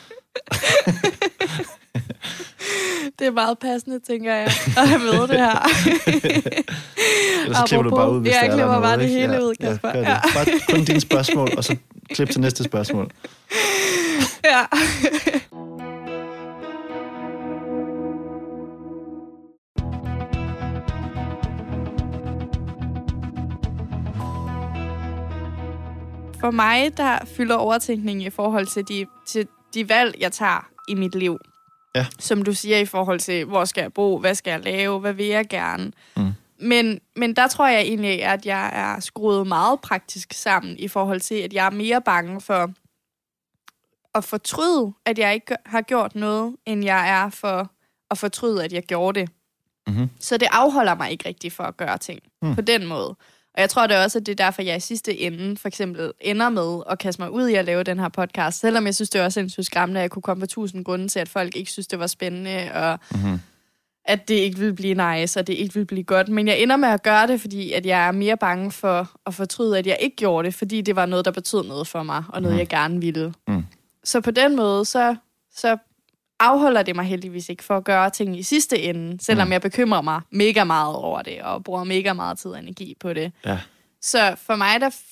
Det er meget passende, tænker jeg, at have med det her. Ellers så klipper du bare ud, hvis jeg der er klipper noget, bare det ikke? hele ud, Kasper. Ja, gør det. Bare kun dine spørgsmål, og så klip til næste spørgsmål. Ja. For mig, der fylder overtænkning i forhold til de valg, jeg tager i mit liv. Ja. Som du siger i forhold til, hvor skal jeg bo, hvad skal jeg lave, hvad vil jeg gerne. Mm. Men der tror jeg egentlig, at jeg er skruet meget praktisk sammen i forhold til, at jeg er mere bange for at fortryde, at jeg ikke har gjort noget, end jeg er for at fortryde, at jeg gjorde det. Mm-hmm. Så det afholder mig ikke rigtig for at gøre ting på den måde. Og jeg tror det også, at det er derfor, jeg i sidste ende for eksempel ender med at kaste mig ud i at lave den her podcast. Selvom jeg synes, det var sindssygt skræmmende, at jeg kunne komme på 1000 grunde til, at folk ikke synes, det var spændende, og at det ikke ville blive nice, og det ikke ville blive godt. Men jeg ender med at gøre det, fordi at jeg er mere bange for at fortryde, at jeg ikke gjorde det, fordi det var noget, der betød noget for mig, og noget, jeg gerne ville. Så på den måde, så afholder det mig heldigvis ikke for at gøre ting i sidste ende, selvom jeg bekymrer mig mega meget over det, og bruger mega meget tid og energi på det. Ja. Så for mig, der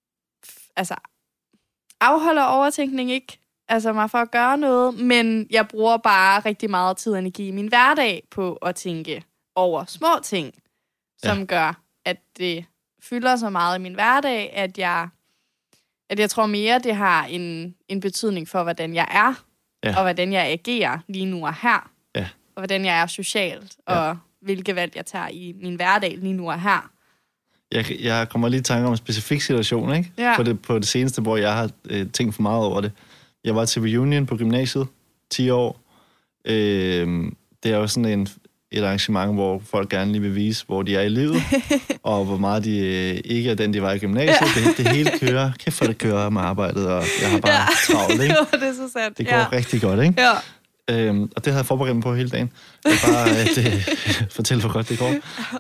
afholder overtænkning ikke mig for at gøre noget, men jeg bruger bare rigtig meget tid og energi i min hverdag på at tænke over små ting, som gør, at det fylder så meget i min hverdag, at jeg tror mere, det har en betydning for, hvordan jeg er, og hvordan jeg agerer lige nu og her, og hvordan jeg er socialt, og hvilke valg jeg tager i min hverdag lige nu og her. Jeg kommer lige i tanke om en specifik situation, ikke? Ja. På det seneste, hvor jeg har tænkt for meget over det. Jeg var til reunion på gymnasiet, 10 år. Det er jo sådan et arrangement, hvor folk gerne lige vil vise, hvor de er i livet, og hvor meget de ikke er den, de var i gymnasiet. Det hele kører. Kæft for det kører med arbejdet, og jeg har bare travlt, ikke? Det er så sandt. Det går rigtig godt, ikke? Ja. Og det havde jeg forberedt mig på hele dagen. Fortæl, hvor godt det går.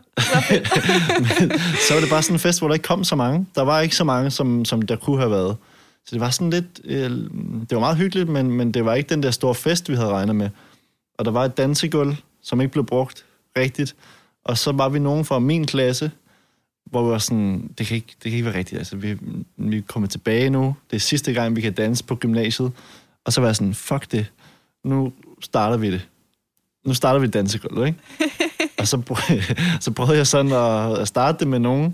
Men, så var det bare sådan en fest, hvor der ikke kom så mange. Der var ikke så mange, som der kunne have været. Så det var sådan lidt... det var meget hyggeligt, men det var ikke den der store fest, vi havde regnet med. Og der var et dansegulv, som ikke blev brugt rigtigt. Og så var vi nogen fra min klasse, hvor vi var sådan, det kan ikke være rigtigt. Altså, vi er kommet tilbage nu. Det er sidste gang, vi kan danse på gymnasiet. Og så var jeg sådan, fuck det. Nu starter vi det. Nu starter vi dansegulvet, ikke? Og så prøvede jeg sådan at starte det med nogen.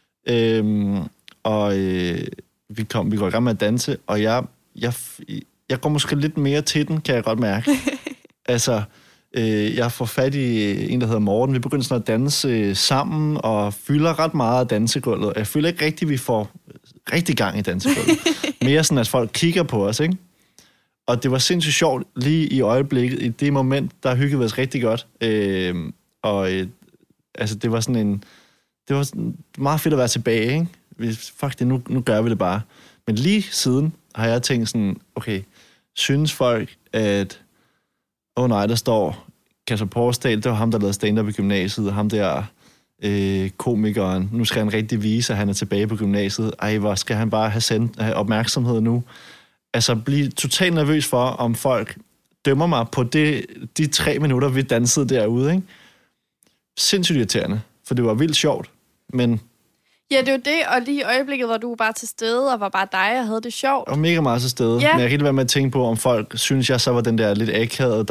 Vi går i gang med at danse, og jeg går måske lidt mere til den, kan jeg godt mærke. Altså, jeg får fat i en, der hedder Morten. Vi begynder sådan at danse sammen, og fylder ret meget af dansegulvet. Jeg føler ikke rigtigt, vi får rigtig gang i dansegulvet. Mere sådan, at folk kigger på os, ikke? Og det var sindssygt sjovt lige i øjeblikket. I det moment, der hyggede vi os rigtig godt. Det var sådan det var meget fedt at være tilbage, ikke? Fuck det, nu gør vi det bare. Men lige siden har jeg tænkt sådan, okay, synes folk, at nej, der står Kasper Porsdal, det var ham, der lavede stand-up i gymnasiet, ham der komikeren, nu skal han rigtig vise, at han er tilbage på gymnasiet. Ej, hvor skal han bare have opmærksomhed nu? Altså, blive totalt nervøs for, om folk dømmer mig på de 3 minutter, vi dansede derude, ikke? Sindssygt irriterende, for det var vildt sjovt, men... Ja, det er jo det, og lige i øjeblikket, hvor du var bare til stede, og var bare dig, og havde det sjovt. Og mega meget til stede, men jeg kan ikke være med at tænke på, om folk synes, jeg så var den der lidt akavet,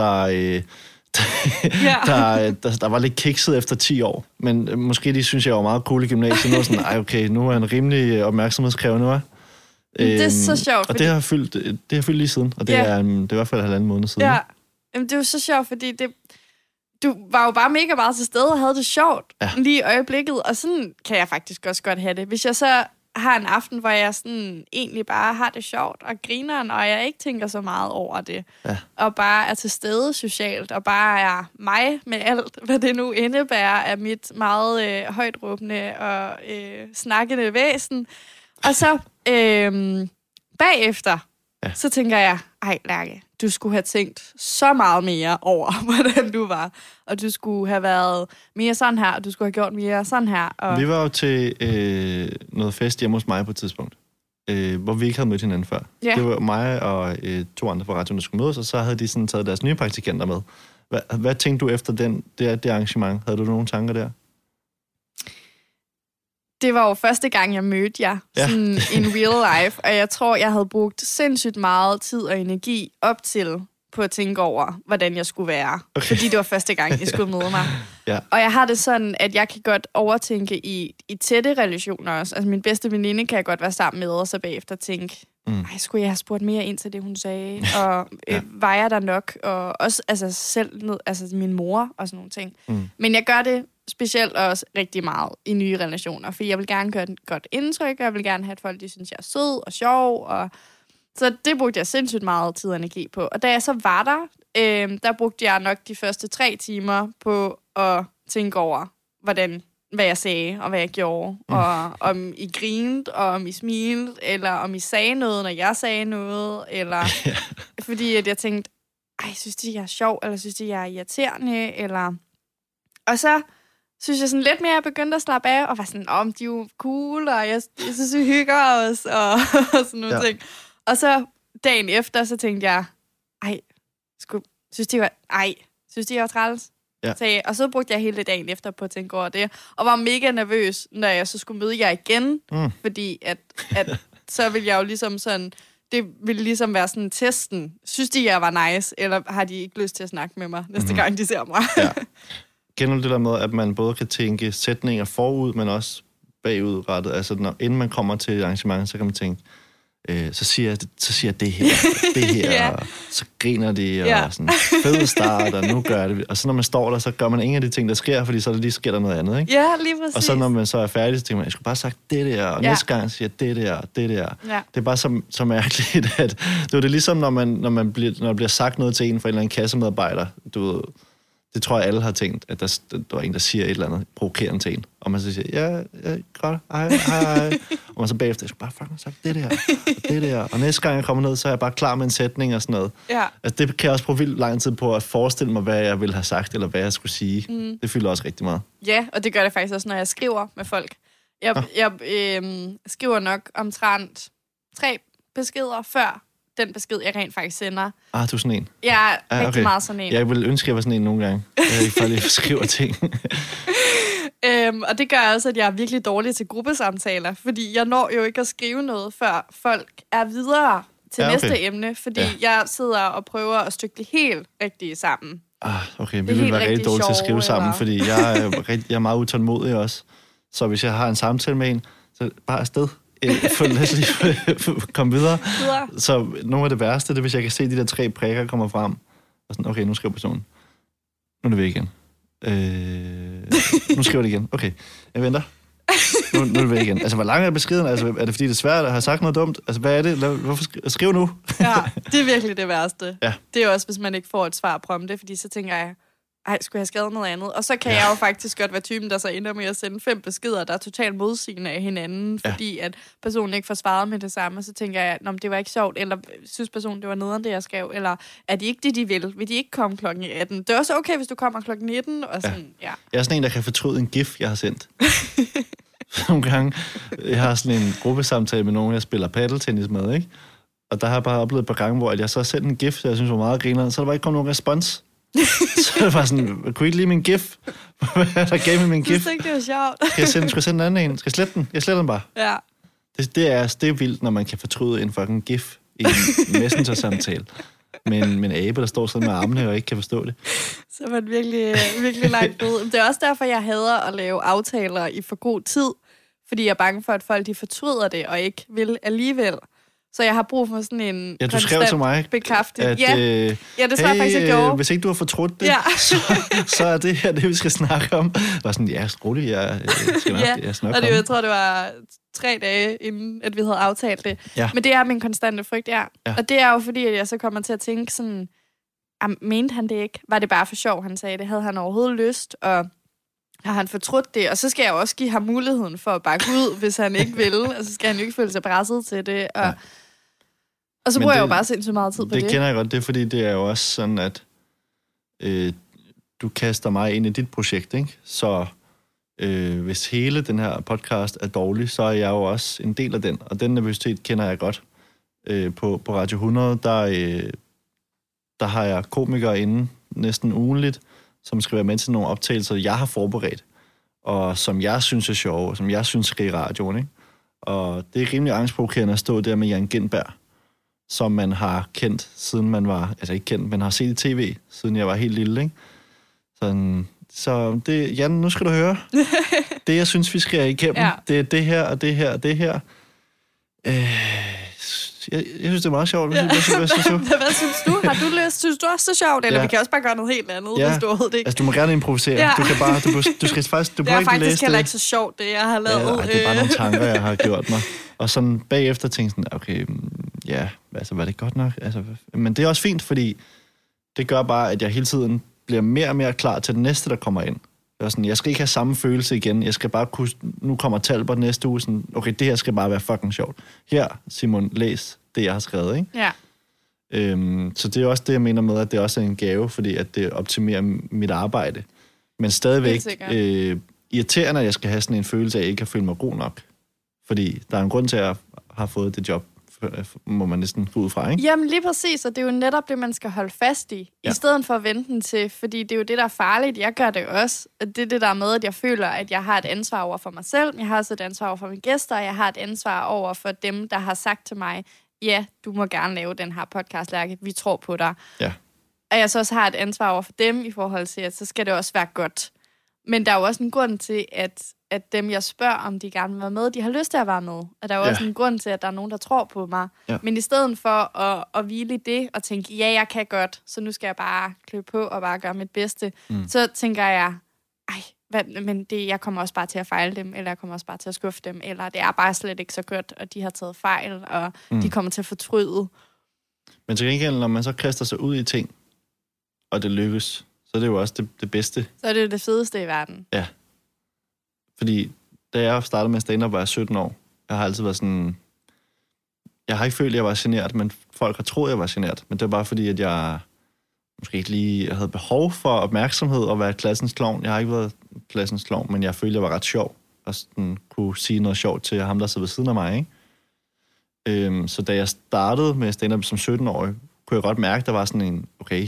der var lidt kikset efter 10 år. Men måske de synes, jeg var meget cool i gymnasiet. Nu er sådan, okay, nu er han rimelig opmærksomhedskrævende, hva'? Det er så sjovt. Og det har fyldt lige siden, og det er i hvert fald 1,5 måned siden. Ja, jamen, det er jo så sjovt, fordi du var jo bare mega meget til stede og havde det sjovt lige i øjeblikket, og sådan kan jeg faktisk også godt have det. Hvis jeg så har en aften, hvor jeg sådan egentlig bare har det sjovt og griner, og jeg ikke tænker så meget over det. Ja. Og bare er til stede socialt, og bare er mig med alt, hvad det nu indebærer af mit meget højtråbende og snakkende væsen. Og så bagefter, så tænker jeg, ej Lærke, du skulle have tænkt så meget mere over, hvordan du var. Og du skulle have været mere sådan her, og du skulle have gjort mere sådan her. Og... Vi var jo til noget fest hjemme hos mig på et tidspunkt, hvor vi ikke havde mødt hinanden før. Ja. Det var mig og 2 andre fra radioen, der skulle mødes, og så havde de sådan taget deres nye praktikanter med. Hvad tænkte du efter det arrangement? Havde du nogle tanker der? Det var jo første gang, jeg mødte jer sådan in real life, og jeg tror, jeg havde brugt sindssygt meget tid og energi op til på at tænke over, hvordan jeg skulle være. Okay. Fordi det var første gang, I skulle møde mig. Ja. Og jeg har det sådan, at jeg kan godt overtænke i tætte relationer også. Altså min bedste veninde kan jeg godt være sammen med, og så bagefter tænke, skulle jeg have spurgt mere ind til det, hun sagde? Og var jeg der nok? Og også altså, selv ned, altså min mor og sådan nogle ting. Men jeg gør det specielt også rigtig meget i nye relationer, fordi jeg vil gerne gøre et godt indtryk, og jeg vil gerne have, at folk de synes, jeg er sød og sjov, og så det brugte jeg sindssygt meget tid og energi på. Og da jeg så var der brugte jeg nok de første 3 timer på at tænke over, hvad jeg sagde, og hvad jeg gjorde, og om I grinede, og om I smilede, eller om I sagde noget, når jeg sagde noget, eller fordi at jeg tænkte, synes de, jeg er sjov, eller synes de, jeg er irriterende, eller... Og så synes jeg sådan lidt mere, jeg begyndte at slappe af, og var sådan, de er jo cool, og jeg synes, vi hygger os, og sådan nogle ting. Og så dagen efter, så tænkte jeg, synes de, jeg var træls? Ja. Og så brugte jeg hele dagen efter på at tænke over det, og var mega nervøs, når jeg så skulle møde jer igen, fordi at så ville jeg jo ligesom sådan, det ville ligesom være sådan testen. Synes de, jeg var nice, eller har de ikke lyst til at snakke med mig næste gang, de ser mig? Ja. Kender du det der med, at man både kan tænke sætninger forud, men også bagudrettet? Altså, inden man kommer til et arrangement, så kan man tænke, så siger jeg det her, og så griner de, og sådan, fed start, og nu gør det. Og så når man står der, så gør man ingen af de ting, der sker, fordi så lige sker der noget andet, ikke? Ja, lige præcis. Og så når man så er færdig, så tænker man, jeg skulle bare have sagt det der, og næste gang siger jeg det der, og det der. Ja. Det er bare så mærkeligt, at det er det ligesom, når der bliver sagt noget til en fra en eller anden kassemedarbejder, du ved. Det tror jeg, alle har tænkt, at der er en, der siger et eller andet provokerende til en. Og man så siger, godt, hej. Og man så bagefter, jeg skulle bare fucking sagt det der, og det der. Og næste gang jeg kommer ned, så er jeg bare klar med en sætning og sådan noget. Ja. Altså, det kan jeg også bruge vildt lang tid på at forestille mig, hvad jeg ville have sagt, eller hvad jeg skulle sige. Det fylder også rigtig meget. Ja, og det gør det faktisk også, når jeg skriver med folk. Jeg skriver nok omtrent 3 beskeder før den besked, jeg rent faktisk sender. Du er sådan en? Jeg er rigtig meget sådan en. Jeg ville ønske, at jeg var sådan en nogle gange. Jeg ikke bare lige skriver ting. Og det gør også, at jeg er virkelig dårlig til gruppesamtaler, fordi jeg når jo ikke at skrive noget, før folk er videre til næste emne, fordi jeg sidder og prøver at stykke det helt rigtigt sammen. Okay, vi vil være rigtig dårlige til at skrive sammen, fordi jeg er meget utålmodig også. Så hvis jeg har en samtale med en, så bare afsted. Lad os lige komme videre. Så nogle af det værste, det er, hvis jeg kan se de der 3 prikker kommer frem. Og sådan, okay, nu skriver personen. Nu er det væk igen. Nu skriver det igen. Okay, jeg venter. Nu er det væk igen. Altså, hvor lang er beskeden? Altså, er det fordi, det er svært at have sagt noget dumt? Altså, hvad er det? Hvorfor skriv nu? Ja, det er virkelig det værste. Ja. Det er også, hvis man ikke får et svar på det, fordi så tænker jeg, skulle jeg have skrevet noget andet? Og så kan jeg jo faktisk godt være typen, der så ender med at sende 5 beskeder, der er totalt modsigende af hinanden, fordi at personen ikke får svaret med det samme, og så tænker jeg, det var ikke sjovt, eller synes personen, det var nederen, det jeg skrev, eller er de ikke det, de vil? Vil de ikke komme klokken 18? Det er også okay, hvis du kommer klokken 19, og sådan, Jeg er sådan en, der kan fortryde en gif, jeg har sendt. Nogle gange, jeg har sådan en gruppesamtale med nogen, jeg spiller paddeltennis med, ikke? Og der har jeg bare oplevet et par gange, hvor jeg så har sendt en gif, jeg synes var meget griner, så der var ikke kommet nogen respons. Så det var sådan, kunne I ikke lide min gif? Der gav mig min gif. Jeg synes ikke, det var sjovt. Skal jeg sende en anden en? Skal jeg slette den? Jeg sletter den bare. Ja. Det er vildt, når man kan fortryde en fucking gif i en messenger-samtale. Men en abe, der står sådan med armene og ikke kan forstå det. Så var det virkelig, virkelig langt ud. Det er også derfor, jeg hader at lave aftaler i for god tid. Fordi jeg er bange for, at folk de fortryder det og ikke vil alligevel. Så jeg har brug for sådan en du skrev til mig, bekræftelse. Det tror jeg faktisk, jeg gjorde. Hvis ikke du har fortrudt det, så er det her det, vi skal snakke om. Det var sådan, roligt, jeg skal nok og det, jeg tror, det var 3 dage, inden at vi havde aftalt det. Ja. Men det er min konstante frygt, ja. Og det er jo fordi, at jeg så kommer til at tænke sådan, mente han det ikke? Var det bare for sjov, han sagde det? Havde han overhovedet lyst? Og har han fortrudt det? Og så skal jeg også give ham muligheden for at bakke ud, hvis han ikke vil. Og så skal han jo ikke føle sig presset til det. Og så bruger jeg jo bare sindssygt meget tid på det. Det kender jeg godt. Det er fordi, det er jo også sådan, at du kaster mig ind i dit projekt, ikke? Så hvis hele den her podcast er dårlig, så er jeg jo også en del af den. Og den nervøsitet kender jeg godt. På Radio 100, der har jeg komikere inde næsten ugenligt, som skal være med til nogle optagelser, jeg har forberedt, og som jeg synes er sjove, og som jeg synes skal i radioen, ikke? Og det er rimelig angstprovokerende at stå der med Jan Gintberg, som man har kendt, siden man var, altså ikke kendt, men har set i tv, siden jeg var helt lille, ikke? Så det, Jan, nu skal du høre. Det, jeg synes, vi skal igennem, det er det her, og det her, og det her. Jeg synes, det er meget sjovt. Hvad synes du? Har du lyst? Synes du også det er sjovt? Eller vi kan også bare gøre noget helt andet, hvis du overhovedet ikke... Altså, du må gerne improvisere. Ja. Du kan bare... Du skal faktisk... Du det er faktisk heller ikke så sjovt, det jeg har lavet. Det er bare nogle tanker, jeg har gjort mig. Og sådan bagefter tænkte sådan, okay, altså, var det godt nok? Altså, men det er også fint, fordi det gør bare, at jeg hele tiden bliver mere og mere klar til det næste, der kommer ind. Sådan, jeg skal ikke have samme følelse igen. Jeg skal bare kunne... Nu kommer Talbot næste uge. Sådan, okay, det her skal bare være fucking sjovt. Her, Simon, læs det, jeg har skrevet, ikke? Ja. Så det er også det, jeg mener med, at det også er en gave, fordi at det optimerer mit arbejde. Men stadigvæk irriterende, at jeg skal have sådan en følelse af, at jeg ikke har følt mig god nok. Fordi der er en grund til, at jeg har fået det job, må man næsten gå ud fra, ikke? Jamen lige præcis, og det er jo netop det, man skal holde fast i, i stedet for at vente den til, fordi det er jo det, der er farligt. Jeg gør det også. Det er det der med, at jeg føler, at jeg har et ansvar over for mig selv, jeg har også et ansvar over for mine gæster, og jeg har et ansvar over for dem, der har sagt til mig, ja, du må gerne lave den her podcast, Lærke, vi tror på dig. Ja. Og jeg så også har et ansvar over for dem, i forhold til, at så skal det også være godt. Men der er jo også en grund til, at dem, jeg spørger, om de gerne vil være med, de har lyst til at være med. Og der er jo også en grund til, at der er nogen, der tror på mig. Ja. Men i stedet for at hvile i det, og tænke, ja, jeg kan godt, så nu skal jeg bare klø på og bare gøre mit bedste, så tænker jeg, men jeg kommer også bare til at fejle dem, eller jeg kommer også bare til at skuffe dem, eller det er bare slet ikke så godt, og de har taget fejl, og de kommer til at fortryde. Men til gengæld, når man så kaster sig ud i ting, og det lykkes, så er det jo også det bedste. Så er det jo det fedeste i verden. Ja. Fordi da jeg startede med stand-up, var jeg 17 år. Jeg har altid været sådan... Jeg har ikke følt, at jeg var genert, men folk har troet, at jeg var genert. Men det var bare fordi, at jeg måske ikke lige havde behov for opmærksomhed og være klassens klovn. Jeg har ikke været klassens klovn, men jeg følte, at jeg var ret sjov. Og sådan kunne sige noget sjovt til ham, der sidder ved siden af mig, ikke? Så da jeg startede med stand-up som 17-årig, kunne jeg godt mærke, at der var sådan en... Okay,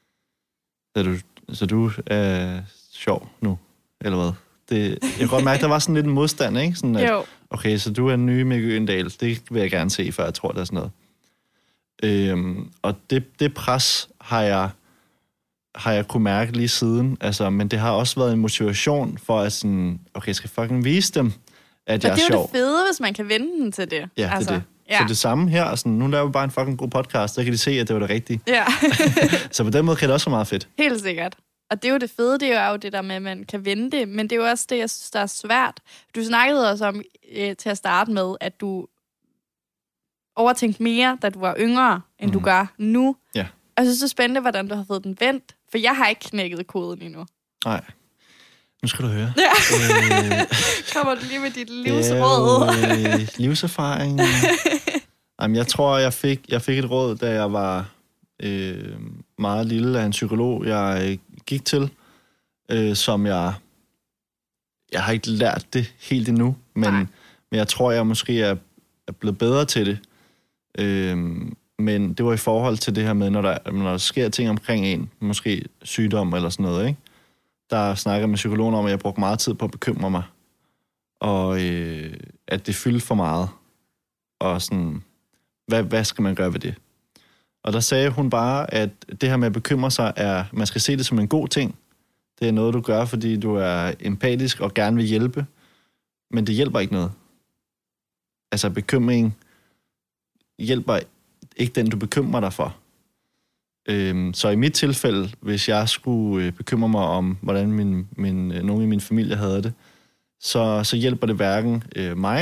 så du er sjov nu, eller hvad? Jeg kan godt mærke, at der var sådan lidt en modstand, ikke? Sådan at, okay, så du er den nye Mikke Øgendahl, det vil jeg gerne se, før jeg tror, det er sådan noget. Og det pres har jeg kunne mærke lige siden, altså, men det har også været en motivation for at sådan, okay, jeg skal fucking vise dem, at jeg er sjov. Og det er jo det fede, hvis man kan vende den til det. Ja, altså, det er det. Ja. Så det samme her, sådan, nu laver vi bare en fucking god podcast, så kan de se, at det var det rigtige. Ja. Så på den måde kan det også være meget fedt. Helt sikkert. Og det er jo det fede, det er jo det der med, at man kan vende det, men det er jo også det, jeg synes, der er svært. Du snakkede også om til at starte med, at du overtænkte mere, da du var yngre, end du gør nu. Ja. Og jeg synes, det er spændende, hvordan du har fået den vendt, for jeg har ikke knækket koden endnu. Nej. Nu skal du høre. Ja. Kommer du lige med dit livsråd? Livserfaring. Jamen, jeg tror, jeg fik et råd, da jeg var meget lille af en psykolog, jeg gik til, som jeg har ikke lært det helt endnu, men jeg tror, jeg måske er blevet bedre til det. Men det var i forhold til det her med, når der sker ting omkring en, måske sygdom eller sådan noget, ikke? Der snakker med psykologen om, at jeg brugte meget tid på at bekymre mig, og at det fyldte for meget, og sådan, hvad skal man gøre ved det? Og der sagde hun bare, at det her med at bekymre sig, man skal se det som en god ting. Det er noget, du gør, fordi du er empatisk og gerne vil hjælpe, men det hjælper ikke noget. Altså, bekymring hjælper ikke den, du bekymrer dig for. Så i mit tilfælde, hvis jeg skulle bekymre mig om, hvordan nogen i min familie havde det, så hjælper det hverken mig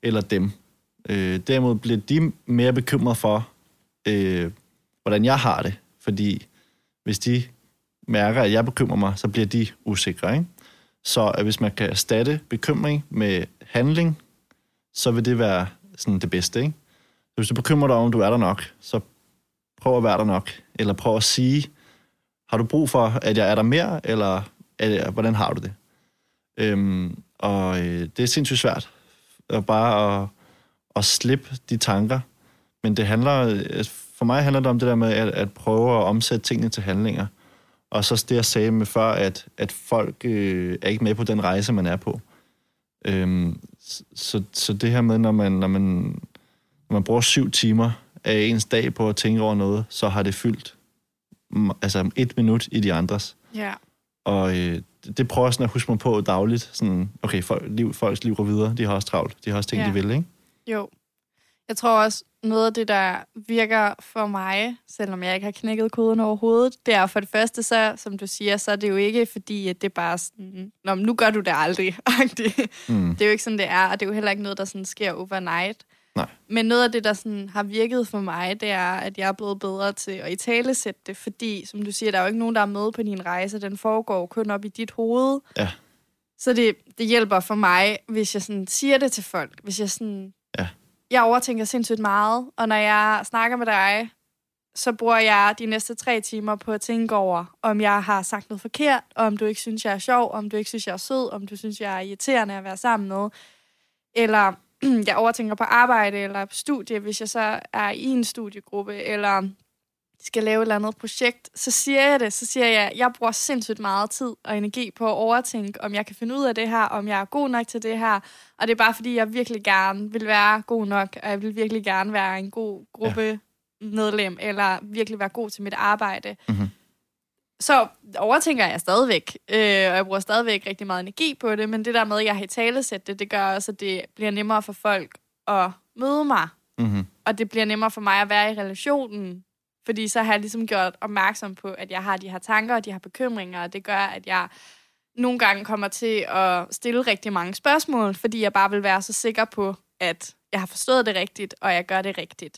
eller dem. Derimod bliver de mere bekymret for, hvordan jeg har det. Fordi hvis de mærker, at jeg bekymrer mig, så bliver de usikre, ikke? Så hvis man kan erstatte bekymring med handling, så vil det være sådan det bedste, ikke? Så hvis du bekymrer dig om du er der nok, så prøv at være der nok. Eller prøv at sige, har du brug for, at jeg er der mere, eller hvordan har du det? Det er sindssygt svært. Bare at slippe de tanker. Men for mig handler det om det der med at prøve at omsætte tingene til handlinger. Og så det, jeg sagde med før, at folk er ikke med på den rejse, man er på. Så det her med, når man bruger 7 timer af ens dag på at tænke over noget, så har det fyldt 1 minut i de andres. Ja. Og det prøver jeg sådan at huske mig på dagligt. Sådan, okay, folks liv går videre. De har også travlt. De har også ting, de vil, ikke? Jo. Jeg tror også, noget af det, der virker for mig, selvom jeg ikke har knækket koden overhovedet, det er for det første, så, som du siger, så er det jo ikke fordi, at det er bare sådan, nå, nu gør du det aldrig. Det er jo ikke sådan, det er, og det er jo heller ikke noget, der sådan sker overnight. Nej. Men noget af det, der sådan har virket for mig, det er, at jeg er blevet bedre til at italesætte det, fordi, som du siger, der er jo ikke nogen, der er med på din rejse, den foregår kun op i dit hoved. Ja. Så det hjælper for mig, hvis jeg sådan siger det til folk, hvis jeg sådan... Ja. Jeg overtænker sindssygt meget, og når jeg snakker med dig, så bruger jeg de næste 3 timer på at tænke over, om jeg har sagt noget forkert, om du ikke synes, jeg er sjov, om du ikke synes, jeg er sød, om du synes, jeg er irriterende at være sammen med. Eller jeg overtænker på arbejde eller på studie, hvis jeg så er i en studiegruppe, eller skal lave et eller andet projekt, så siger jeg det. Så siger jeg bruger sindssygt meget tid og energi på at overtænke, om jeg kan finde ud af det her, om jeg er god nok til det her. Og det er bare, fordi jeg virkelig gerne vil være god nok, og jeg vil virkelig gerne være en god gruppemedlem, eller virkelig være god til mit arbejde. Mm-hmm. Så overtænker jeg stadigvæk, og jeg bruger stadigvæk rigtig meget energi på det, men det der med, at jeg har italesæt det gør også, at det bliver nemmere for folk at møde mig. Mm-hmm. Og det bliver nemmere for mig at være i relationen, fordi så har jeg ligesom gjort opmærksom på, at jeg har de her tanker og de her bekymringer, og det gør, at jeg nogle gange kommer til at stille rigtig mange spørgsmål, fordi jeg bare vil være så sikker på, at jeg har forstået det rigtigt, og jeg gør det rigtigt.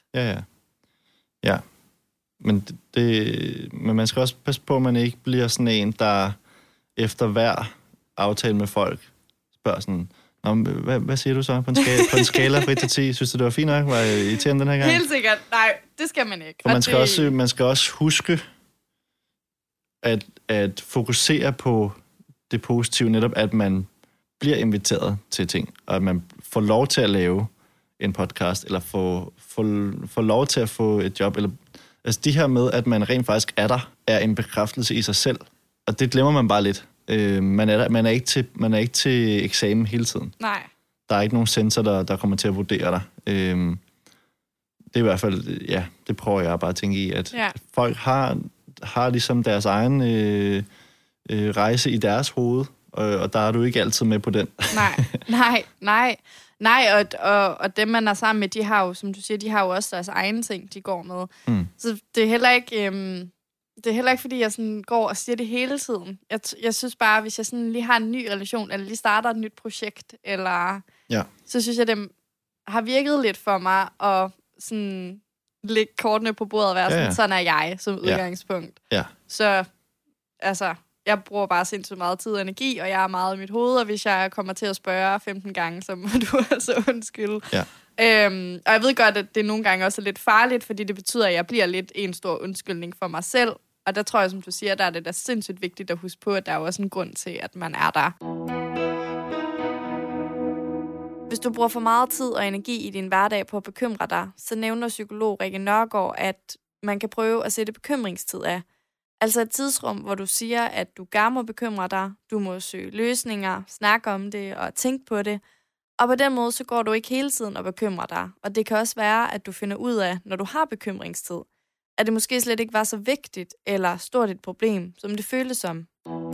Ja. Men man skal også passe på, at man ikke bliver sådan en, der efter hver aftale med folk spørger sådan, hvad siger du så på en skala fra 1 til 10? Synes du, det var fint nok? Var jeg irriterende den her gang? Helt sikkert. Nej, det skal man ikke. For man skal også huske at fokusere på det positive, netop at man bliver inviteret til ting, og at man får lov til at lave en podcast, eller får lov til at få et job, eller altså de her med, at man rent faktisk er der, er en bekræftelse i sig selv. Og det glemmer man bare lidt. Man er ikke til eksamen hele tiden. Nej. Der er ikke nogen sensor, der kommer til at vurdere dig. Det er i hvert fald, ja, det prøver jeg bare at tænke i, at folk har ligesom deres egen rejse i deres hoved, og der er du ikke altid med på den. Nej, og dem, man er sammen med, de har jo, som du siger, de har jo også deres egne ting, de går med. Så det er heller ikke, fordi jeg sådan går og siger det hele tiden. Jeg synes bare, hvis jeg sådan lige har en ny relation, eller lige starter et nyt projekt, eller så synes jeg, det har virket lidt for mig at sådan lægge kortene på bordet og være sådan er jeg som udgangspunkt. Ja. Så altså, jeg bruger bare sindssygt meget tid og energi, og jeg er meget i mit hoved, og hvis jeg kommer til at spørge 15 gange, så må du altså undskylde. Ja. Og jeg ved godt, at det nogle gange også er lidt farligt, fordi det betyder, at jeg bliver lidt en stor undskyldning for mig selv. Og der tror jeg, som du siger, der er det da sindssygt vigtigt at huske på, at der er også en grund til, at man er der. Hvis du bruger for meget tid og energi i din hverdag på at bekymre dig, så nævner psykolog Rikke Nørgaard, at man kan prøve at sætte bekymringstid af. Altså et tidsrum, hvor du siger, at du gerne må bekymre dig, du må søge løsninger, snakke om det og tænke på det. Og på den måde, så går du ikke hele tiden og bekymrer dig. Og det kan også være, at du finder ud af, når du har bekymringstid, at det måske slet ikke var så vigtigt eller stort et problem, som det føltes som.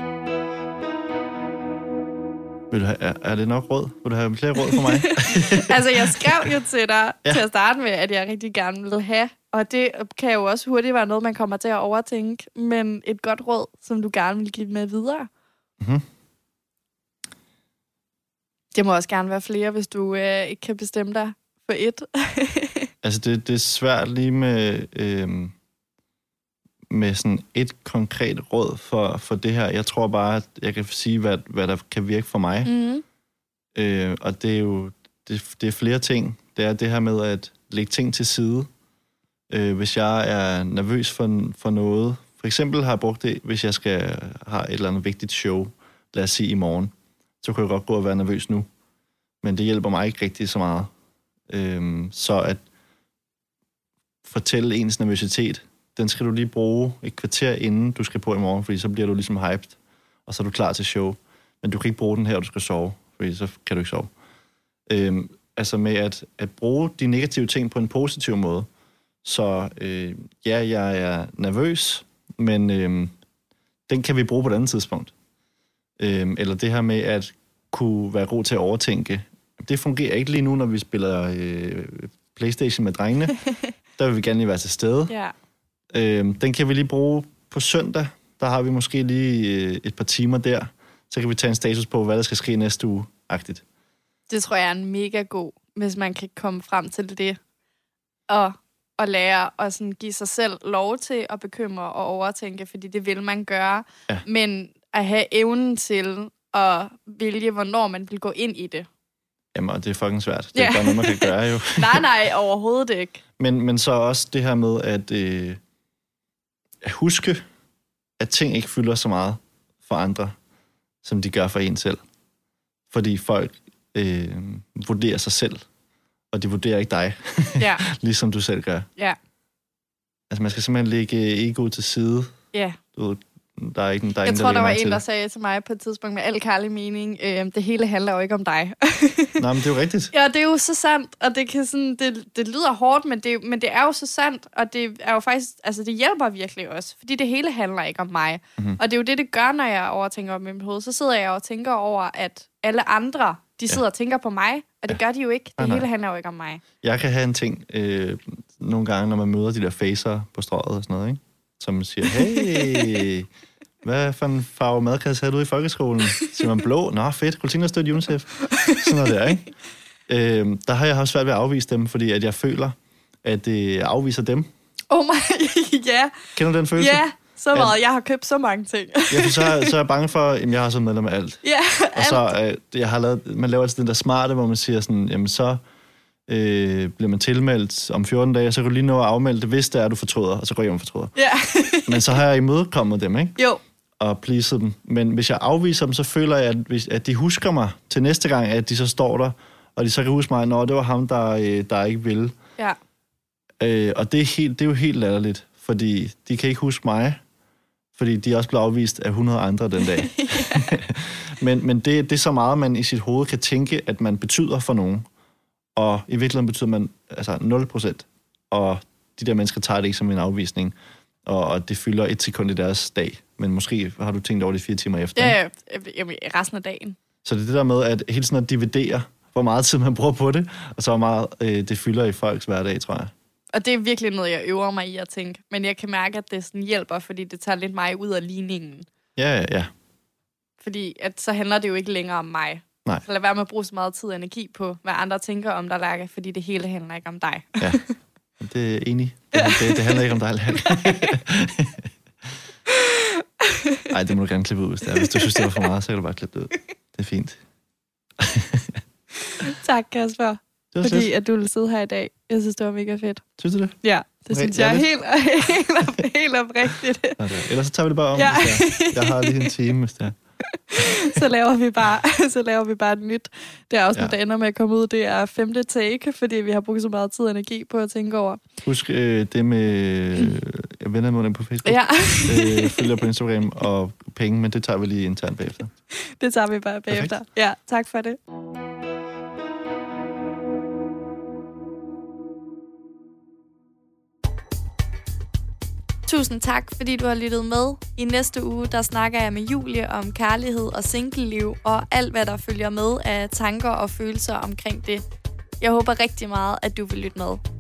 Er det nok råd? Vil du have flere råd for mig? Altså, jeg skrev jo til dig til at starte med, at jeg rigtig gerne ville have. Og det kan jo også hurtigt være noget, man kommer til at overtænke. Men et godt råd, som du gerne vil give med videre. Mm-hmm. Det må også gerne være flere, hvis du ikke kan bestemme dig for et. Altså, det er svært lige med sådan et konkret råd for det her. Jeg tror bare, at jeg kan sige, hvad der kan virke for mig. Mm. Og det er jo det er flere ting. Det er det her med at lægge ting til side. Hvis jeg er nervøs for noget. For eksempel har jeg brugt det, hvis jeg skal have et eller andet vigtigt show, lad os sige i morgen, så kunne jeg godt gå og være nervøs nu. Men det hjælper mig ikke rigtig så meget. Så at fortælle ens nervøsitet, den skal du lige bruge et kvarter inden du skal på i morgen, fordi så bliver du ligesom hyped, og så er du klar til show. Men du kan ikke bruge den her, og du skal sove, fordi så kan du ikke sove. Altså med at bruge de negative ting på en positiv måde. Så ja, jeg er nervøs, men den kan vi bruge på et andet tidspunkt. Eller det her med at kunne være god til at overtænke. Det fungerer ikke lige nu, når vi spiller PlayStation med drengene. Der vil vi gerne lige være til stede. Ja. Den kan vi lige bruge på søndag. Der har vi måske lige et par timer der. Så kan vi tage en status på, hvad der skal ske næste uge-agtigt. Det tror jeg er en mega god, hvis man kan komme frem til det. Og lære at sådan give sig selv lov til at bekymre og overtænke, fordi det vil man gøre. Ja. Men at have evnen til at vælge, hvornår man vil gå ind i det. Jamen, det er fucking svært. Det er bare noget, man kan gøre jo. nej, overhovedet ikke. Men så også det her med at huske, at ting ikke fylder så meget for andre, som de gør for en selv. Fordi folk vurderer sig selv, og de vurderer ikke dig, ja. ligesom du selv gør. Ja. Altså, man skal simpelthen lægge egoet til side. Ja. Der er ikke, jeg tror, der var en, der sagde til mig på et tidspunkt med al kærlig mening, det hele handler jo ikke om dig. Nej, men det er jo rigtigt. Ja, det er jo så sandt, og det kan sådan, det lyder hårdt, men det er jo så sandt, og det er jo faktisk, altså det hjælper virkelig også, fordi det hele handler ikke om mig. Mm-hmm. Og det er jo det gør, når jeg overtænker op i mit hoved. Så sidder jeg og tænker over, at alle andre, de sidder og tænker på mig, og det gør de jo ikke. Det hele handler jo ikke om mig. Jeg kan have en ting, nogle gange, når man møder de der facer på strøget og sådan noget, ikke? Som siger, hey, hvad for en farve madkasse havde du i folkeskolen? Siger man blå? Nå, fedt. Kunne du tænke dig at støtte UNICEF? Sådan noget der, ikke? Der har jeg haft svært ved at afvise dem, fordi at jeg føler, at jeg afviser dem. Oh my, ja. Kender du den følelse? Ja, så meget. Jeg har købt så mange ting. Ja, så er jeg bange for, at jeg har sådan medlem af alt. Ja, og så jeg har lavet, man laver altså den der smarte, hvor man siger sådan, jamen så bliver man tilmeldt om 14 dage, så kan du lige nå at afmelde det, hvis det er, du fortryder, og så går jeg hjem og fortryder. Ja. Men så har jeg imødekommet dem, ikke? Jo. Og pleaset dem. Men hvis jeg afviser dem, så føler jeg, at de husker mig til næste gang, at de så står der, og de så kan huske mig, når det var ham, der ikke ville. Ja. Og det er jo helt latterligt, fordi de kan ikke huske mig, fordi de er også blevet afvist af 100 andre den dag. men det er så meget, man i sit hoved kan tænke, at man betyder for nogen. Og i virkeligheden betyder man altså 0%. Og de der mennesker tager det ikke som en afvisning. Og det fylder 1 sekund i deres dag. Men måske har du tænkt over det 4 timer efter. Ja, resten af dagen. Så det er det der med, at hele tiden at dividere, hvor meget tid man bruger på det, og så hvor meget det fylder i folks hverdag, tror jeg. Og det er virkelig noget, jeg øver mig i at tænke. Men jeg kan mærke, at det sådan hjælper, fordi det tager lidt mig ud af ligningen. Ja. Fordi at så handler det jo ikke længere om mig. Nej. Så lad være med at bruge så meget tid og energi på, hvad andre tænker om dig, Lærke, fordi det hele handler ikke om dig. Ja, det er enig. Det handler ikke om dig, Lærke. Ej, det må du gerne klippe ud, hvis det er. Hvis du synes, det var for meget, så kan du bare klippe det ud. Det er fint. Tak, Kasper. Fordi at du ville sidde her i dag. Jeg synes, det var mega fedt. Synes du det? Ja, det synes jeg er helt oprigtigt. Ellers så tager vi det bare om, jeg har lige en time, hvis det er. Så laver vi bare et nyt. Det afsnit, der ender med at komme ud, det er 5. take, fordi vi har brugt så meget tid og energi på at tænke over. Husk det med vennermåling på Facebook. Ja. Følger på Instagram og penge, men det tager vi lige internt bagefter. Det tager vi bare bagefter. Perfekt. Ja, tak for det. Tusind tak, fordi du har lyttet med. I næste uge, der snakker jeg med Julie om kærlighed og singleliv, og alt, hvad der følger med af tanker og følelser omkring det. Jeg håber rigtig meget, at du vil lytte med.